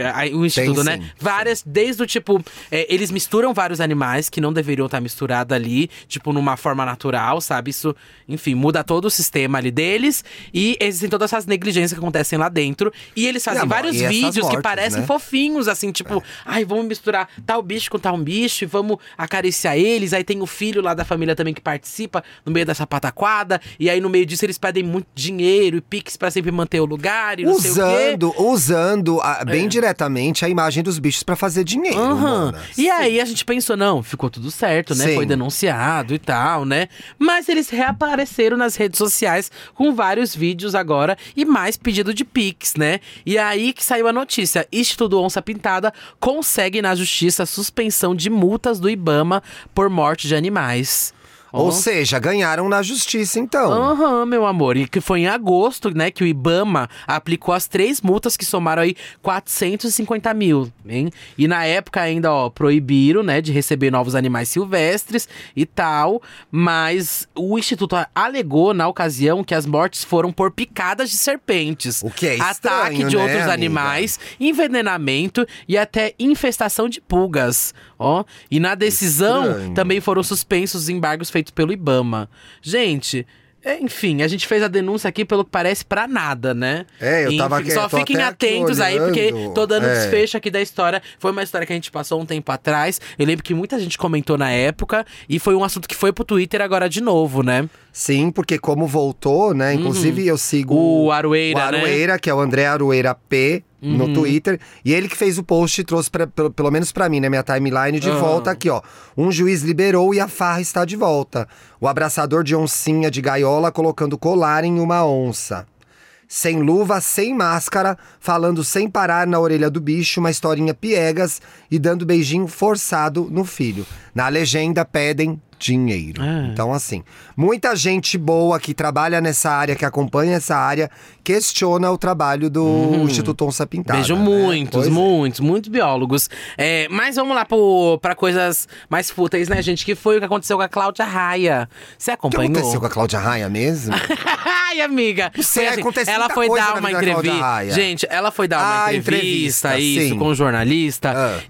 o Instituto, Tem, né? sim, Várias, sim. desde o tipo… É, eles misturam vários animais que não deveriam estar misturados ali, tipo, numa forma natural, sabe? Isso, enfim, muda todo o sistema ali deles. E existem todas essas negligências que acontecem lá dentro. E eles fazem E a mo- vários e essas vídeos que mortes, parecem né? fofinhos, assim, tipo… É. Ai, vamos misturar tal bicho com tal bicho e vamos acariciar eles. Aí tem o filho lá da família também que participa no meio dessa pataquada. E aí no meio disso eles pedem muito dinheiro e piques pra sempre manter o lugar e não sei o quê. Usando, usando a- bem diretamente a imagem dos bichos pra fazer dinheiro, Aham. Mona. E aí a gente pensou, não, ficou tudo certo, né? Sim. Foi denunciado e tal, né? Mas eles reapareceram nas redes sociais com vários vídeos agora e mais pedido de Pix, né? E aí que saiu a notícia: Instituto Onça Pintada consegue na justiça suspensão de multas do Ibama por morte de animais. Ou Ó. seja, ganharam na justiça, então. Aham, meu amor. E que foi em agosto, né, que o Ibama aplicou as três multas que somaram aí quatrocentos e cinquenta mil, hein? E na época ainda, ó, proibiram, né, de receber novos animais silvestres e tal. Mas o Instituto alegou, na ocasião, que as mortes foram por picadas de serpentes. O que é estranho, Ataque de né, outros amiga? animais, envenenamento e até infestação de pulgas, ó. E na decisão, Estranho. também foram suspensos os embargos feitos pelo Ibama. Gente, é, enfim, a gente fez a denúncia aqui, pelo que parece, pra nada, né? É, eu tava Enfim, aqui- Só tô fiquem até aqui atentos aí, porque olhando. tô dando É. desfecho aqui da história. Foi uma história que a gente passou um tempo atrás. Eu lembro que muita gente comentou na época. E foi um assunto que foi pro Twitter agora de novo, né? Sim, porque como voltou, né? Inclusive eu sigo O Aroeira, o Aroeira, que é o André Aroeira P no Uhum. Twitter. E ele que fez o post e trouxe, pra, pelo, pelo menos pra mim, na minha timeline, de Ah. volta aqui, ó. Um juiz liberou e a farra está de volta. O abraçador de oncinha de gaiola colocando colar em uma onça. Sem luva, sem máscara, falando sem parar na orelha do bicho, uma historinha piegas e dando beijinho forçado no filho. Na legenda pedem dinheiro. Ah. Então, assim, muita gente boa que trabalha nessa área, que acompanha essa área, questiona o trabalho do Instituto Onça Pintada. Vejo né? muitos, Pois é. muitos, muitos biólogos. É, mas vamos lá pro, pra coisas mais fúteis, né, gente? Que foi o que aconteceu com a Cláudia Raia. Você O que acompanhou? aconteceu com a Cláudia Raia mesmo? Ai, amiga! Não sei, Foi assim, acontece ela muita foi coisa dar na uma vida da Cláudia entrevista. Raia. Gente, ela foi dar uma Ah, entrevista, entrevista, isso, sim. com um jornalista. Ah.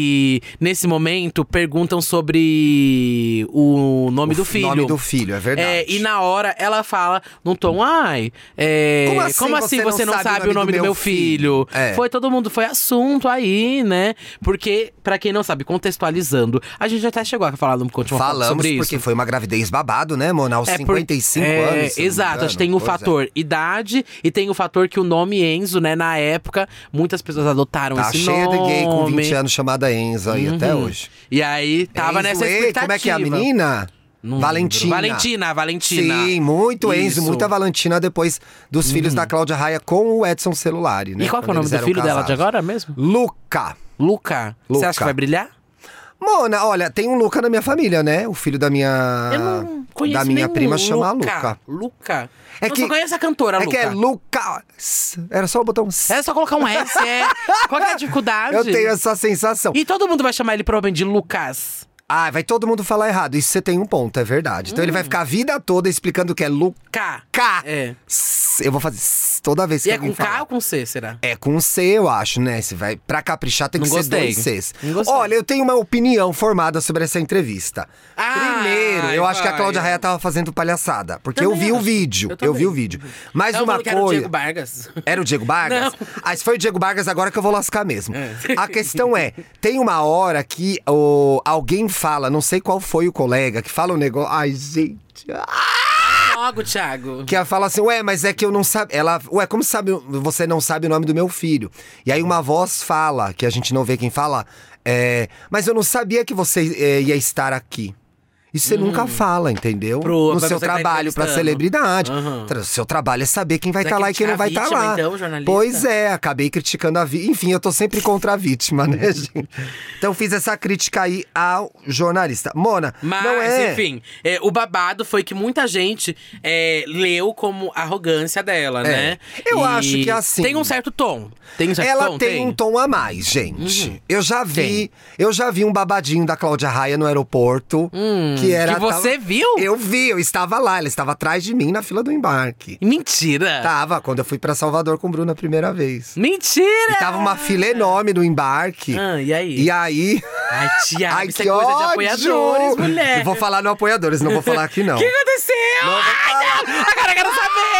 E nesse momento perguntam sobre o nome do filho. O nome do filho, é verdade. É, e na hora ela fala num tom, ai, é, Como assim como assim você não sabe o nome do meu filho? É. Foi todo mundo, foi assunto aí, né? Porque, pra quem não sabe, contextualizando, a gente até chegou a falar no Conte uma Foto Falamos sobre isso. porque foi uma gravidez babado, né, Mona? Aos É por- cinquenta e cinco é, anos. se eu não me Exato, engano. acho que tem o Pois é. fator idade e tem o fator que o nome Enzo, né, na época, muitas pessoas adotaram Tá esse cheia nome. de gay com vinte anos chamada Enzo aí até Uhum. hoje. E aí, tava Enzo, nessa ei, expectativa. Como é que é a menina? Não Valentina. lembro. Valentina, Valentina. Sim, muito Enzo, Isso. Uhum. muita Valentina depois dos filhos da Cláudia Raia com o Edson Celulari, né? E qual que é o Quando nome eles do eram filho dela de casados. agora mesmo? Luca. Luca. Você Luca. acha que vai brilhar? Mona, olha, tem um Luca na minha família, né? O filho da minha Eu não conheço da minha nenhum. prima chama Luca. Luca. Luca. É eu que- só conheço a cantora, É Luca. que é Luca. Era só botar um S. É só colocar um S, é. Qual que é a dificuldade? Eu tenho essa sensação. E todo mundo vai chamar ele provavelmente de Lucas. Ah, vai todo mundo falar errado. Isso você tem um ponto, é verdade. Então ele vai ficar a vida toda explicando que é Luca. K. K. É. S. Eu vou fazer S toda vez que E é alguém com K falar. ou com C, será? É com C, eu acho, né? Se vai pra caprichar, tem que Não ser gostei. dois Cs. Não gostei. Olha, eu tenho uma opinião formada sobre essa entrevista. Ai, Primeiro, eu acho que a vai. Cláudia Raia tava fazendo palhaçada. Porque Também eu vi o acho. vídeo. Eu Eu, também. vi o vídeo. Mas Tava uma falando que era o coisa. Diego Vargas. Era o Diego Vargas? Não. Ah, se foi o Diego Vargas, agora que eu vou lascar mesmo. É. A questão é, tem uma hora que o, alguém fala, não sei qual foi o colega, que fala um negócio… Ai, gente… Ah! logo, Thiago. Que ela fala assim, ué, mas é que eu não sabe. Ela, ué, como sabe, você não sabe o nome do meu filho? E aí uma voz fala, que a gente não vê quem fala, é, mas eu não sabia que você é, ia estar aqui. Isso você hum. nunca fala, entendeu? Pro, no seu trabalho, pra celebridade. Uhum. O seu trabalho é saber quem vai estar tá lá e quem não vai estar tá lá. Então, jornalista? Pois é, acabei criticando a vítima. Enfim, eu tô sempre contra a vítima, né, gente? Então fiz essa crítica aí ao jornalista. Mona, Mas, não é… enfim, é, o babado foi que muita gente é, leu como arrogância dela, É. né? Eu E acho que assim… tem um certo tom. Tem um certo Ela tom, tem, tem um tom a mais, gente. Uhum. Eu já vi, Tem. eu já vi um babadinho da Cláudia Raia no aeroporto, que era… que você tava- viu? Eu vi, eu estava lá, ela estava atrás de mim na fila do embarque. Mentira! Tava, quando eu fui pra Salvador com o Bruno a primeira vez. Mentira! E tava uma fila enorme no embarque. Ah, e aí? E aí… Ai, Thiago, Ai, isso é que coisa de ódio! apoiadores, mulher. Eu vou falar no apoiadores, não vou falar aqui não. O que aconteceu? Não vou Ai, não! Agora eu quero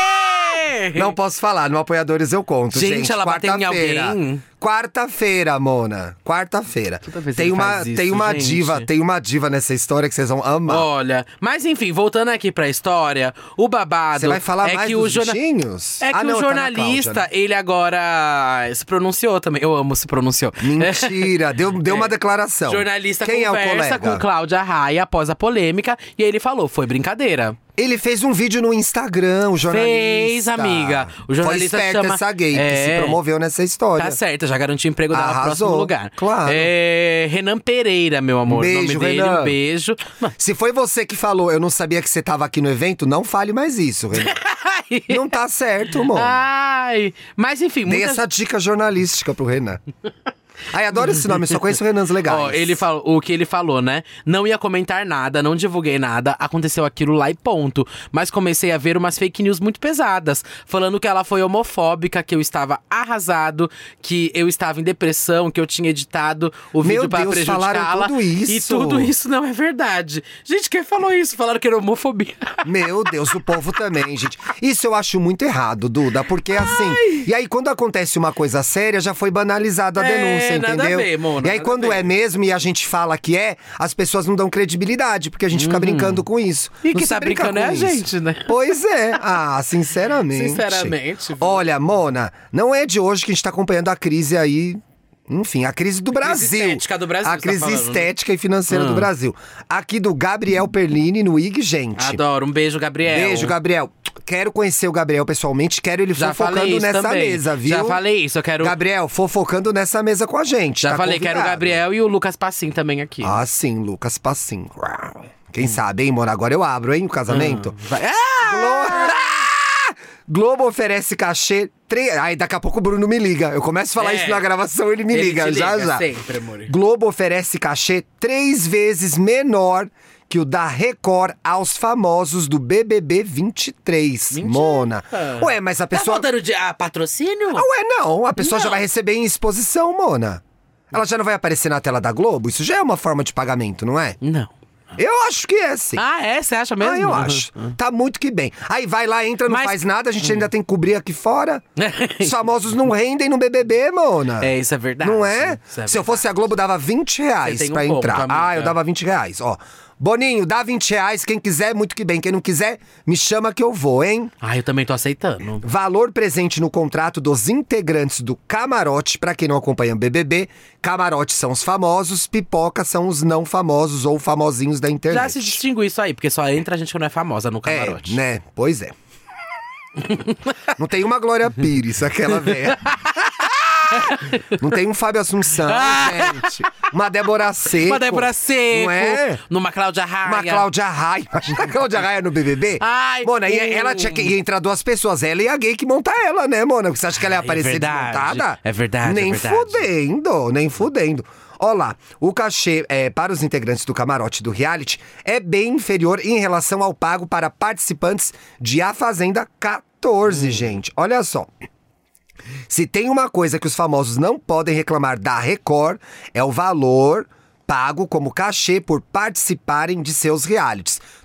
saber! Não posso falar, no apoiadores eu conto, gente. Gente, ela bateu em quarta-feira. alguém? Quarta-feira, Mona. Quarta-feira. Toda vez Tem ele uma, faz isso, tem uma gente. diva, tem uma diva nessa história que vocês vão amar. Olha, mas enfim, voltando aqui pra história, o babado Você vai falar é mais que dos o jorna... bichinhos? É que Ah, não, o tá na jornalista, Cláudia, né? ele agora se pronunciou também. Eu amo se pronunciou. Mentira, deu, deu uma declaração. Jornalista Quem é o conversa colega? com Cláudia Raia após a polêmica e ele falou, foi brincadeira. Ele fez um vídeo no Instagram, o jornalista. Fez, amiga. O jornalista Foi esperta chama- essa gay que É. se promoveu nessa história. Tá certo, já garantiu o emprego dela no Arrasou, próximo lugar. claro. É, Renan Pereira, meu amor. Um beijo, o nome dele, Renan. um beijo. Se foi você que falou, eu não sabia que você tava aqui no evento, não fale mais isso, Renan. Não tá certo, amor. Ai, mas enfim, Dei muita essa dica jornalística pro Renan. Ai, adoro esse nome, só conheço Renans legais. Ó, ele falou, o que ele falou, né? Não ia comentar nada, não divulguei nada, aconteceu aquilo lá e ponto. Mas comecei a ver umas fake news muito pesadas, falando que ela foi homofóbica, que eu estava arrasado, que eu estava em depressão, que eu tinha editado o Meu vídeo para Deus, prejudicá-la. falaram tudo isso. E tudo isso não é verdade. Gente, quem falou isso? Falaram que era homofobia. Meu Deus, o povo também, gente. Isso eu acho muito errado, Duda, porque assim… E aí, quando acontece uma coisa séria, já foi banalizada a É, denúncia, nada entendeu? a ver, Mona, e aí, nada quando a ver. é mesmo e a gente fala que é, as pessoas não dão credibilidade, porque a gente fica brincando com isso. E Não quem se tá brinca brincando é com a isso. gente, né? Pois é. Ah, sinceramente. Sinceramente, viu? Olha, Mona, não é de hoje que a gente tá acompanhando a crise aí… Enfim, a crise do crise Brasil. estética do Brasil, A você tá crise falando, né? estética e financeira do Ah. Brasil. Aqui do Gabriel Perlini no I G, gente. Adoro. Um beijo, Gabriel. Beijo, Gabriel. Quero conhecer o Gabriel pessoalmente, quero ele Já falei fofocando isso nessa também. mesa, viu? Já falei isso, eu quero… Gabriel, fofocando nessa mesa com a gente. Já tá falei, quero o convidado. Gabriel e o Lucas Passim também aqui. Ah, sim, Lucas Passim. Quem sabe, hein, mano? Agora eu abro, hein, o casamento. Vai- Ah! Globo... Globo oferece cachê… Tre... Ai, daqui a pouco o Bruno me liga. Eu começo a falar É. isso na gravação, ele me Ele liga, te já liga já. sempre, amor. Globo oferece cachê três vezes menor que o da Record aos famosos do B B B vinte e três. Mentira. Mona. Ué, mas a Tá pessoa… faltando de ah, patrocínio? Ah, ué, não. A pessoa Não. já vai receber em exposição, Mona. Ela já não vai aparecer na tela da Globo? Isso já é uma forma de pagamento, não é? Não. Eu acho que é, sim. Ah, é? Você acha mesmo? Ah, eu acho. Tá muito que bem. Aí vai lá, entra, não Mas- faz nada, a gente ainda tem que cobrir aqui fora. Os famosos não rendem no B B B, Mona. É, isso é verdade. Não é? Isso é Se eu fosse a Globo, dava vinte reais Você tem um pra ponto, entrar. amiga. Ah, eu dava vinte reais, ó. Boninho, dá vinte reais, quem quiser, muito que bem. Quem não quiser, me chama que eu vou, hein? Ah, eu também tô aceitando. Valor presente no contrato dos integrantes do Camarote, pra quem não acompanha o B B B. Camarote são os famosos, pipoca são os não famosos ou famosinhos da internet. Já se distingue isso aí, porque só entra gente que não é famosa no camarote. É, né? Pois é. Não tem uma Glória Pires, aquela velha. Não tem um Fábio Assunção, gente. Uma Débora Seco. Uma Débora Seco. Não é? Numa Cláudia Raia. Uma Cláudia Raia. Imagina a Cláudia Raia no B B B. Ai, Mona, e hum. ela tinha que ia entrar duas pessoas, ela e a gay que monta ela, né, Mona? Você acha que ela ia Ai, é aparecer verdade. desmontada? É verdade, Nem é verdade. fudendo, nem fudendo. Ó lá, o cachê é, para os integrantes do camarote do reality é bem inferior em relação ao pago para participantes de A Fazenda quatorze, Hum. gente. Olha só. Se tem uma coisa que os famosos não podem reclamar da Record, é o valor pago como cachê por participarem de seus realities.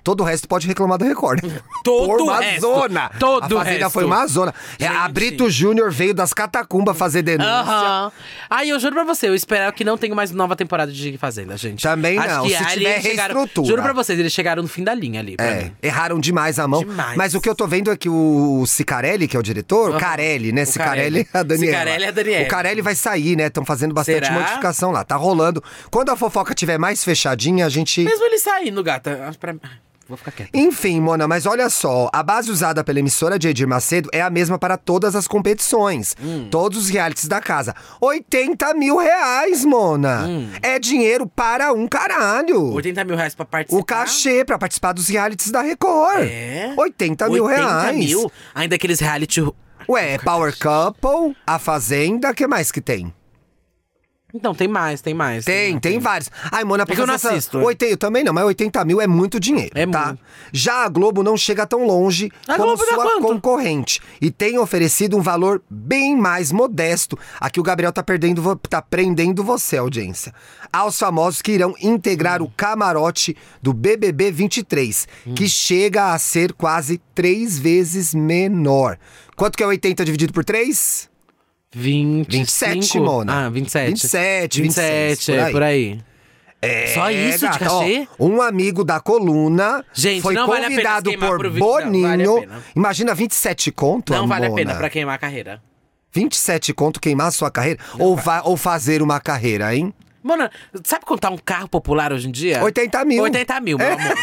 Todo o resto pode reclamar do Record. Todo Por o uma resto. zona. Todo a o Fazenda resto. foi uma zona. É, a Gente. Brito Júnior veio das catacumbas fazer denúncia. Aham. Aí eu juro pra você, eu espero que não tenha mais nova temporada de Fazenda, gente. Também Acho não, que se ali tiver eles chegaram- reestrutura. Juro pra vocês, eles chegaram no fim da linha ali. pra É, mim. erraram demais a mão. Demais. Mas o que eu tô vendo é que o Cicarelli, que é o diretor, Aham. Carelli, né? O Cicarelli Carelli. é a Daniela. Cicarelli é a Daniela. O Carelli vai sair, né? Estão fazendo bastante Será? modificação lá. Tá rolando. Quando a fofoca tiver mais fechadinha, a gente. Mesmo ele saindo, gata. Pra... Vou ficar quieta. Enfim, Mona, mas olha só, a base usada pela emissora de Edir Macedo é a mesma para todas as competições, Hum. todos os realities da casa. oitenta mil reais, Mona! Hum. É dinheiro para um caralho! oitenta mil reais pra participar. O cachê pra participar dos realities da Record. É? oitenta mil reais. mil? Ainda aqueles reality... Ué, Power Couple, A Fazenda, o que mais que tem? Então, tem mais, tem mais. Tem, tem vários. Ai, Mona, pra É que eu fazer não essa... assisto. oitenta, eu também não, mas oitenta mil é muito dinheiro, É tá? muito. Já a Globo não chega tão longe A como Globo dá sua quanto? concorrente. E tem oferecido um valor bem mais modesto. Aqui o Gabriel tá, perdendo, vo- tá prendendo você, audiência. Aos famosos que irão integrar o camarote do B B B vinte e três, Hum. que chega a ser quase três vezes menor. Quanto que é oitenta dividido por três? vinte, vinte e sete, Mona. Ah, vinte e sete. vinte e sete, vinte e sete, é, por aí. É, Só isso de gata, cachê? ó, um amigo da coluna Gente, foi não vale a pena convidado se queimar por pro vídeo, não, Boninho. vale a pena. Imagina vinte e sete conto, Não vale a Mona. pena pra queimar a carreira. vinte e sete conto queimar a sua carreira? Ou, va- ou fazer uma carreira, hein? Mano, sabe quanto tá um carro popular hoje em dia? oitenta mil. oitenta mil, meu amor.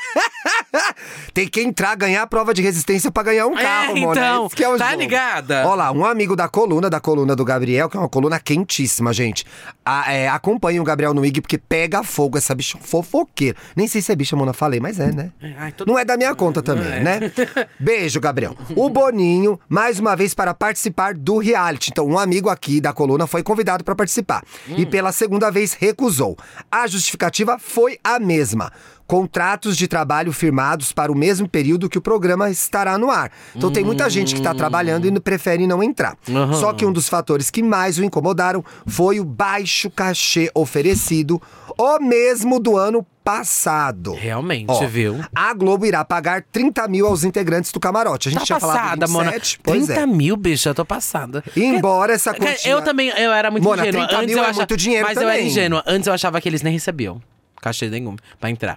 Tem que entrar, ganhar a prova de resistência pra ganhar um É, carro, Mona. então, Esse que é o tá jogo. ligada? Ó lá, um amigo da coluna, da coluna do Gabriel, que é uma coluna quentíssima, gente. A, é, acompanhe o Gabriel no I G, porque pega fogo essa bicha fofoqueira. Nem sei se é bicha, Mona, falei, mas é, né? Ai, todo- Não é da minha conta também, É. né? Beijo, Gabriel. O Boninho, mais uma vez, para participar do reality. Então, um amigo aqui da coluna foi convidado para participar. Hum. E pela segunda vez recusou. A justificativa foi a mesma. Contratos de trabalho firmados para o mesmo período que o programa estará no ar. Então tem muita gente que está trabalhando e prefere não entrar. Aham. Só que um dos fatores que mais o incomodaram foi o baixo cachê oferecido, o mesmo do ano passado. Realmente, Ó, viu? A Globo irá pagar trinta mil aos integrantes do camarote. A gente Tá tinha passada, falado Mona. vinte e sete, pois trinta é. mil, bicha, eu tô passada. E embora essa Cara, quantia... Eu também, eu era muito Mona, ingênua. trinta Antes mil eu é achava- muito dinheiro Mas eu era também. ingênua. Antes eu achava que eles nem recebiam cachê nenhum pra entrar.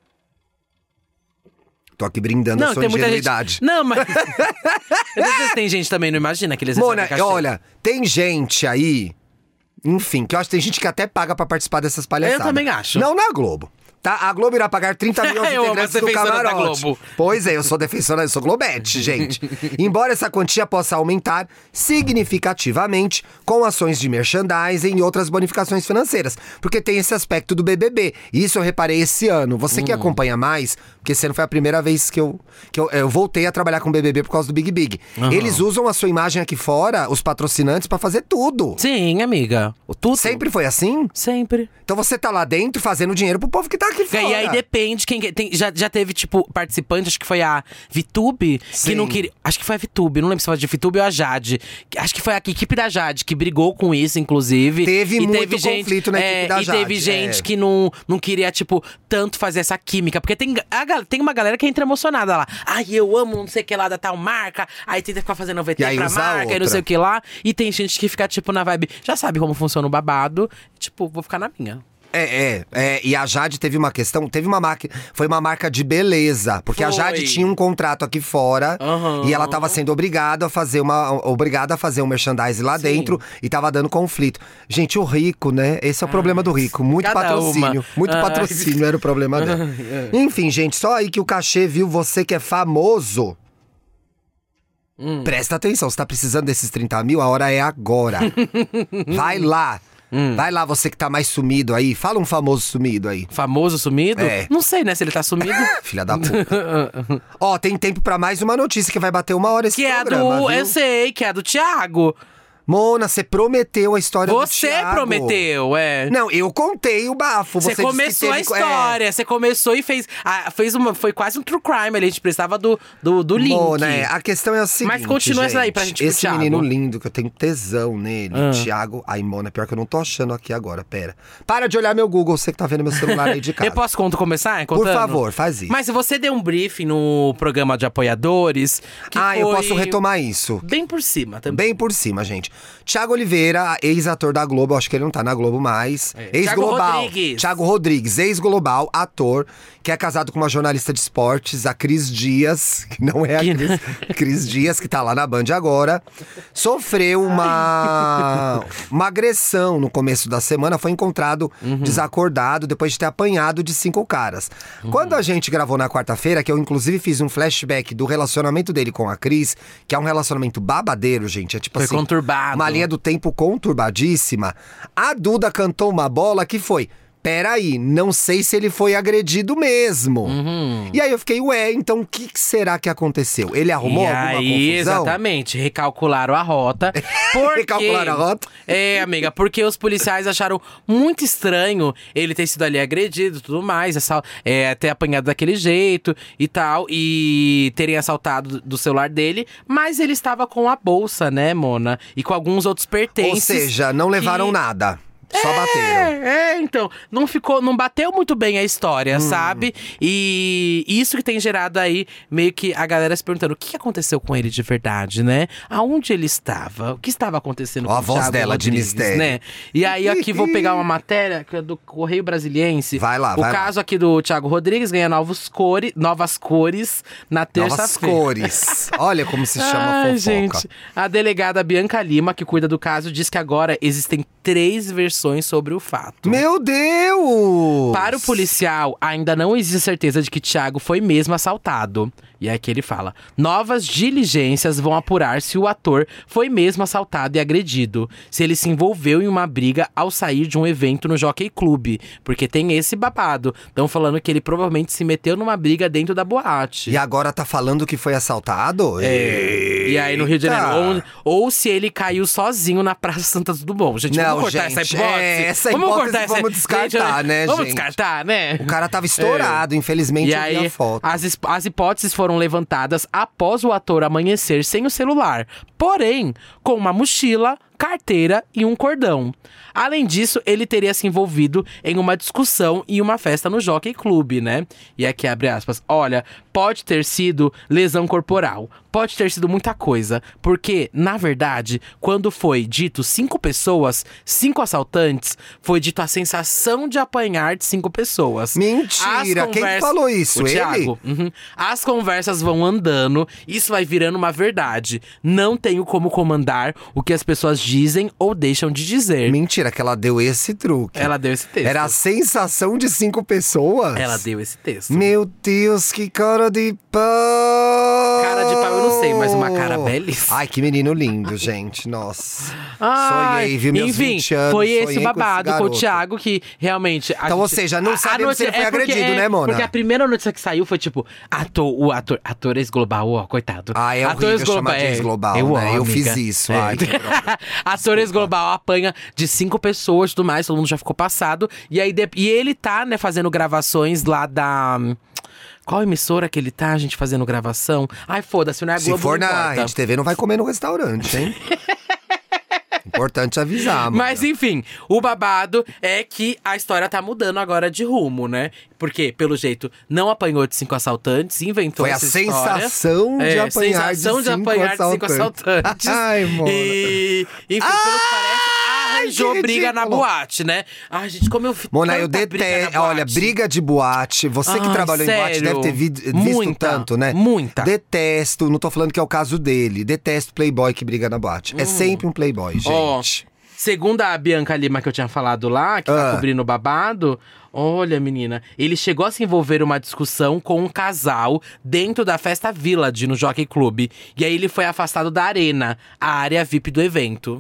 Tô aqui brindando a Não, sua tem muita gente. ingenuidade. Não, mas. Às vezes tem gente também, não imagina que eles Mona, recebem cachê. olha, tem gente aí, enfim, que eu acho que tem gente que até paga pra participar dessas palhaçadas. Eu também acho. Não na Globo. Tá? A Globo irá pagar trinta mil aos Eu amo integrantes as do defensoras da camarote. Globo. Pois é, eu sou defensora, eu sou globete, gente. Embora essa quantia possa aumentar significativamente com ações de merchandising e outras bonificações financeiras. Porque tem esse aspecto do B B B. Isso eu reparei esse ano. Você Hum. que acompanha mais, porque esse ano foi a primeira vez que eu, que eu, eu voltei a trabalhar com B B B por causa do Big Big. Aham. Eles usam a sua imagem aqui fora, os patrocinantes, pra fazer tudo. Sim, amiga. O tudo. Sempre foi assim? Sempre. Então você tá lá dentro fazendo dinheiro pro povo que tá aqui fora. E aí depende quem que- tem, já, já teve, tipo, participante, acho que foi a Vitube, Sim. que não queria. Acho que foi a Vitube, não lembro se foi de Vitube ou a Jade. que- Acho que foi a equipe da Jade que brigou com isso, inclusive. Teve e muito teve gente, conflito na equipe é, da E teve Jade, gente é. que não, não queria, tipo, tanto fazer essa química. Porque tem, a, gal- tem uma galera que entra emocionada lá. Ai, eu amo não sei o que lá da tal marca. Aí tenta ficar fazendo V T E aí pra usa a marca e não outra. sei o que lá. E tem gente que fica, tipo, na vibe. Já sabe como funciona o babado. Tipo, vou ficar na minha. É, é, é, e a Jade teve uma questão, teve uma marca, foi uma marca de beleza, porque a Foi. Jade tinha um contrato aqui fora Aham. e ela tava sendo obrigada a fazer uma, obrigada a fazer um merchandising lá Sim. dentro e tava dando conflito. Gente, o rico, né? Esse é o problema do rico, muito cada patrocínio, uma. muito Ai. patrocínio era o problema dela. Enfim, gente, só aí que o cachê viu você que é famoso. Hum. Presta atenção, você tá precisando desses trinta mil, a hora é agora. Vai lá. Hum. Vai lá, você que tá mais sumido aí. Fala um famoso sumido aí. Famoso sumido? É. Não sei, né, se ele tá sumido. Filha da puta. Ó, tem tempo pra mais uma notícia que vai bater uma hora esse que é a programa, do. viu? Eu sei, que é a do Thiago. Mona, você prometeu a história do Você Thiago. prometeu, é. Não, eu contei o bafo. Você Você começou a disse que teve- história, você começou e fez. Ah, fez uma, foi quase um true crime ali, a gente precisava do, do, do link. Mona, é, a questão é a seguinte, Mas continua gente, essa daí pra gente ir pro esse Thiago. menino lindo, que eu tenho tesão nele, Ah. Thiago. Ai, Mona, pior que eu não tô achando aqui agora, pera. Para de olhar meu Google, você que tá vendo meu celular aí de casa. Eu posso conto, começar? Contando? Por favor, faz isso. Mas você deu um briefing no programa de apoiadores. Que ah, eu foi posso retomar isso. Bem por cima também. Bem por cima, gente. Thiago Oliveira, ex-ator da Globo, acho que ele não tá na Globo mais. É. Ex-Global. Thiago Rodrigues. Thiago Rodrigues, ex-Global, ator, que é casado com uma jornalista de esportes, a Cris Dias, que não é a Que- Cris, Cris Dias, que tá lá na Band agora. Sofreu uma, uma agressão no começo da semana, foi encontrado Uhum. desacordado depois de ter apanhado de cinco caras. Quando a gente gravou na quarta-feira, que eu inclusive fiz um flashback do relacionamento dele com a Cris, que é um relacionamento babadeiro, gente. É tipo Foi assim, conturbado. uma linha do tempo conturbadíssima. A Duda cantou uma bola que foi: peraí, não sei se ele foi agredido mesmo. Uhum. E aí eu fiquei, ué, então o que que será que aconteceu? Ele arrumou e alguma aí, confusão? exatamente, recalcularam a rota. Porque, Recalcularam a rota? É, amiga, porque os policiais acharam muito estranho ele ter sido ali agredido e tudo mais, essa, é, ter apanhado daquele jeito e tal, e terem assaltado do celular dele, mas ele estava com a bolsa, né, Mona? E com alguns outros pertences. Ou seja, não levaram que- nada. Só bateram. É, é, então, não ficou, não bateu muito bem a Hum. história, sabe? E isso que tem gerado aí meio que a galera se perguntando o que aconteceu com ele de verdade, né? Aonde ele estava? O que estava acontecendo Ó, com a o voz Thiago dela de Rodrigues, mistério. né? E aí aqui vou pegar uma matéria que é do Correio Brasiliense. Vai lá, O vai lá. caso aqui do Thiago Rodrigues ganha novos cores, novas cores na Novas terça-feira. cores. Olha como se chama Ai, fofoca. gente. A delegada Bianca Lima, que cuida do caso, diz que agora existem três versões sobre o fato. Meu Deus! Para o policial, ainda não existe certeza de que Thiago foi mesmo assaltado. E aqui ele fala: novas diligências vão apurar se o ator foi mesmo assaltado e agredido, se ele se envolveu em uma briga ao sair de um evento no Jockey Club, porque tem esse babado. Estão falando que ele provavelmente se meteu numa briga dentro da boate. E agora tá falando que foi assaltado? É, e aí no Rio de Eita! Janeiro. Ou, ou se ele caiu sozinho na Praça Santos Dumont. Gente, Não, vamos cortar gente, essa hipótese? é, essa vamos hipótese cortar essa... vamos descartar, Gente, né, Vamos gente? descartar, né? O cara tava estourado, infelizmente E eu vi aí, a foto. as, es- as hipóteses foram levantadas após o ator amanhecer sem o celular, porém, com uma mochila, carteira e um cordão. Além disso, ele teria se envolvido em uma discussão e uma festa no Jockey Club, né? E aqui abre aspas: olha, pode ter sido lesão corporal, pode ter sido muita coisa, porque, na verdade, quando foi dito cinco pessoas, cinco assaltantes, foi dito a sensação de apanhar de cinco pessoas. Mentira! As Quem conversas- falou isso? O Ele? Thiago. Uhum. As conversas vão andando, isso vai virando uma verdade. Não tenho como comandar o que as pessoas dizem ou deixam de dizer. Mentira, que ela deu esse truque. Ela deu esse texto. Era a sensação de cinco pessoas? Ela deu esse texto. Meu Deus, que cara de pau! Cara de pau eu não sei, mas uma cara belíssima. Ai, que menino lindo, gente. Nossa. Ai, Sonhei, viu meus enfim, vinte anos, foi esse sonhei o com esse babado com o garoto. Thiago que realmente. a Então, ou gente- seja, não a- a sabemos se ele notícia- foi é porque- agredido, é, né, Mona? Porque a primeira notícia que saiu foi tipo: ator, o ator, ator ex-global, ó, coitado. Ah, é Ator horrível chamar de é, ex-global, eu né? amo, Eu fiz amiga. isso, É. ai, que droga. Ator ex-global apanha de cinco pessoas e tudo mais, todo mundo já ficou passado. E aí de- e ele tá, né, fazendo gravações lá da. Qual emissora que ele tá, gente, fazendo gravação? Ai, foda-se, não é a Se Globo, for não na importa. Rede T V, não vai comer no restaurante, hein? Importante avisar, mano. Mas enfim, o babado é que a história tá mudando agora de rumo, né? Porque, pelo jeito, não apanhou de cinco assaltantes, inventou Foi a essa história. sensação de É, apanhar de sensação de cinco apanhar de cinco assaltantes. assaltantes. Ai, Mona. E, enfim, pelo que parece, arranjou que briga na ridículo. boate, né? Ai, gente, como eu fico. Mona, eu detesto. Olha, briga de boate. Você que Ai, trabalhou em boate sério? deve ter vi- visto Muita, tanto, né? muita. Detesto, não tô falando que é o caso dele. Detesto playboy que briga na boate. É sempre um playboy, Ó, gente. segundo a Bianca Lima, que eu tinha falado lá, que tá Ah. cobrindo o babado, olha, menina, ele chegou a se envolver em uma discussão com um casal dentro da festa Village, no Jockey Club. E aí ele foi afastado da arena, a área V I P do evento.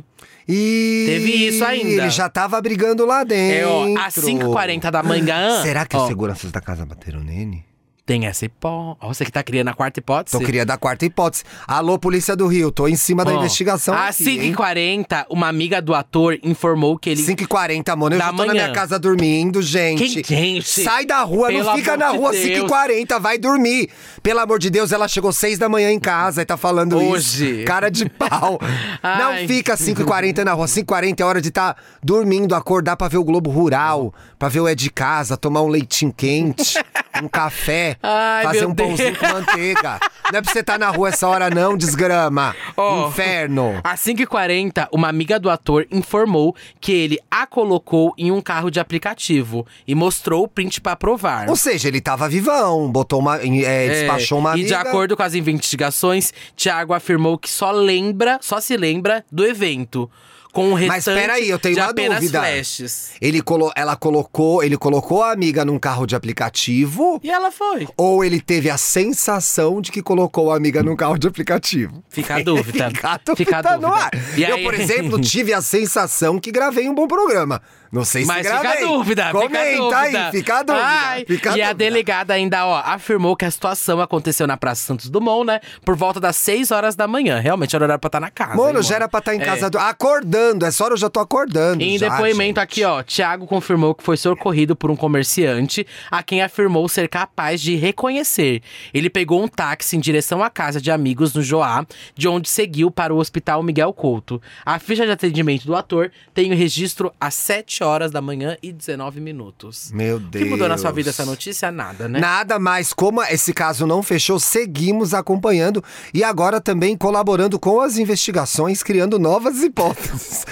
E Teve isso ainda. Ele já tava brigando lá dentro. É, ó, às cinco e quarenta da manhã. Será que ó, os seguranças da casa bateram nele? Tem essa hipótese. Você que tá criando a quarta hipótese? Tô criando a quarta hipótese. Alô, Polícia do Rio, tô em cima da Ó, investigação Às aqui, cinco e hein? quarenta, uma amiga do ator informou que ele… cinco e quarenta, mano. Eu Da já tô na manhã. minha casa dormindo, gente. Quem- gente? Sai da rua, Pelo não fica amor na de rua Deus. cinco e quarenta, vai dormir. Pelo amor de Deus, ela chegou seis da manhã em casa e tá falando Hoje. isso. Cara de pau. Ai. Não fica cinco e quarenta na rua. cinco e quarenta é hora de tá dormindo, acordar pra ver o Globo Rural, pra ver o É de Casa, tomar um leitinho quente, um café, Ai, fazer meu um Deus. pãozinho com manteiga. Não é pra você tá na rua essa hora não, desgrama. Ó, Inferno. Às cinco e quarenta, uma amiga do ator informou que ele a colocou em um carro de aplicativo e mostrou o print pra provar. Ou seja, ele tava vivão, botou uma, é, despachou uma E amiga. de acordo com as investigações, Thiago afirmou que só lembra, só se lembra do evento. Com o restante Mas peraí, eu tenho de uma apenas dúvida. flashes. Ele colo ela colocou, ele colocou a amiga num carro de aplicativo? E ela foi. Ou ele teve a sensação de que colocou a amiga num carro de aplicativo? Fica a dúvida. Fica a dúvida, Fica a no dúvida. ar. E Eu, aí- por exemplo, tive a sensação que gravei um bom programa. Não sei Mas se fica gravei. a dúvida, Comenta fica a dúvida. aí, fica a dúvida. Ai, fica a e a dúvida. delegada ainda, ó, afirmou que a situação aconteceu na Praça Santos Dumont, né? Por volta das seis horas da manhã. Realmente era horário pra estar na casa. Mano, hein, já era pra estar em É. casa do- acordando. Essa hora eu já tô acordando. Em já, depoimento gente. aqui, ó, Thiago confirmou que foi socorrido por um comerciante, a quem afirmou ser capaz de reconhecer. Ele pegou um táxi em direção à casa de amigos no Joá, de onde seguiu para o Hospital Miguel Couto. A ficha de atendimento do ator tem o registro às sete horas da manhã e dezenove minutos. Meu O Deus. que mudou na sua vida essa notícia? Nada, né? Nada mais, como esse caso não fechou, seguimos acompanhando e agora também colaborando com as investigações, criando novas hipóteses.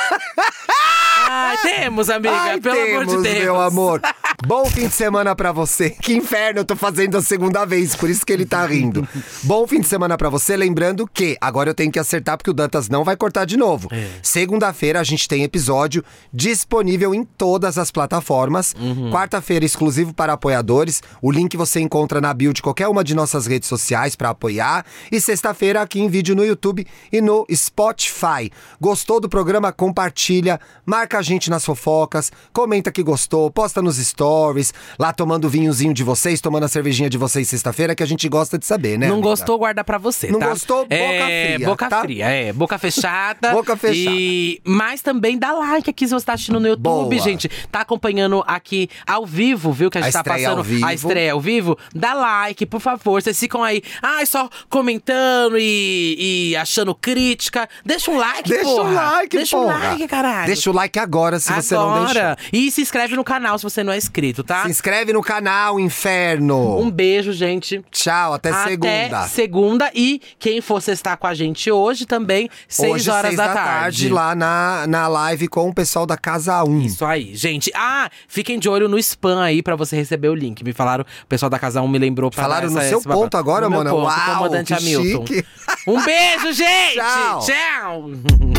Ai, temos, amiga, Ai, pelo temos, amor de Deus. meu amor. Bom fim de semana pra você. Que inferno, eu tô fazendo a segunda vez, por isso que ele tá rindo. Bom fim de semana pra você, lembrando que agora eu tenho que acertar porque o Dantas não vai cortar de novo. É. Segunda-feira a gente tem episódio disponível em todas as plataformas. Uhum. Quarta-feira exclusivo para apoiadores. O link você encontra na bio de qualquer uma de nossas redes sociais pra apoiar. E sexta-feira aqui em vídeo no YouTube e no Spotify. Gostou do programa? Compartilha, marca a gente nas fofocas, comenta que gostou, posta nos stories, lá tomando o vinhozinho de vocês, tomando a cervejinha de vocês sexta-feira, que a gente gosta de saber, né? Não amiga? gostou, guarda pra você, Não tá? gostou, boca é, fria, Boca tá? fria, é. Boca fechada. Boca fechada. E... Mas também dá like aqui se você tá assistindo no YouTube, Boa. gente. Tá acompanhando aqui ao vivo, viu? Que a gente A tá estreia passando ao vivo. a estreia ao vivo. Dá like, por favor. Vocês ficam aí, ai, só comentando e, e achando crítica. Deixa um like, Deixa porra. um like, Deixa porra. um like, caralho. Deixa o like agora, se você não deixou. Agora. E se inscreve no canal se você não é inscrito, tá? Se inscreve no canal, inferno. Um beijo, gente. Tchau, até, Até segunda. segunda. E quem for estar com a gente hoje também, seis Hoje, horas seis da, tarde. lá na, na live com o pessoal da Casa um. Isso aí, gente. Ah, fiquem de olho no spam aí pra você receber o link. Me falaram, o pessoal da Casa um me lembrou pra Falaram dar no essa, seu esse babado. ponto agora, No meu mano? ponto, Uau, comandante que Hamilton. chique. Um beijo, gente! Tchau. Tchau!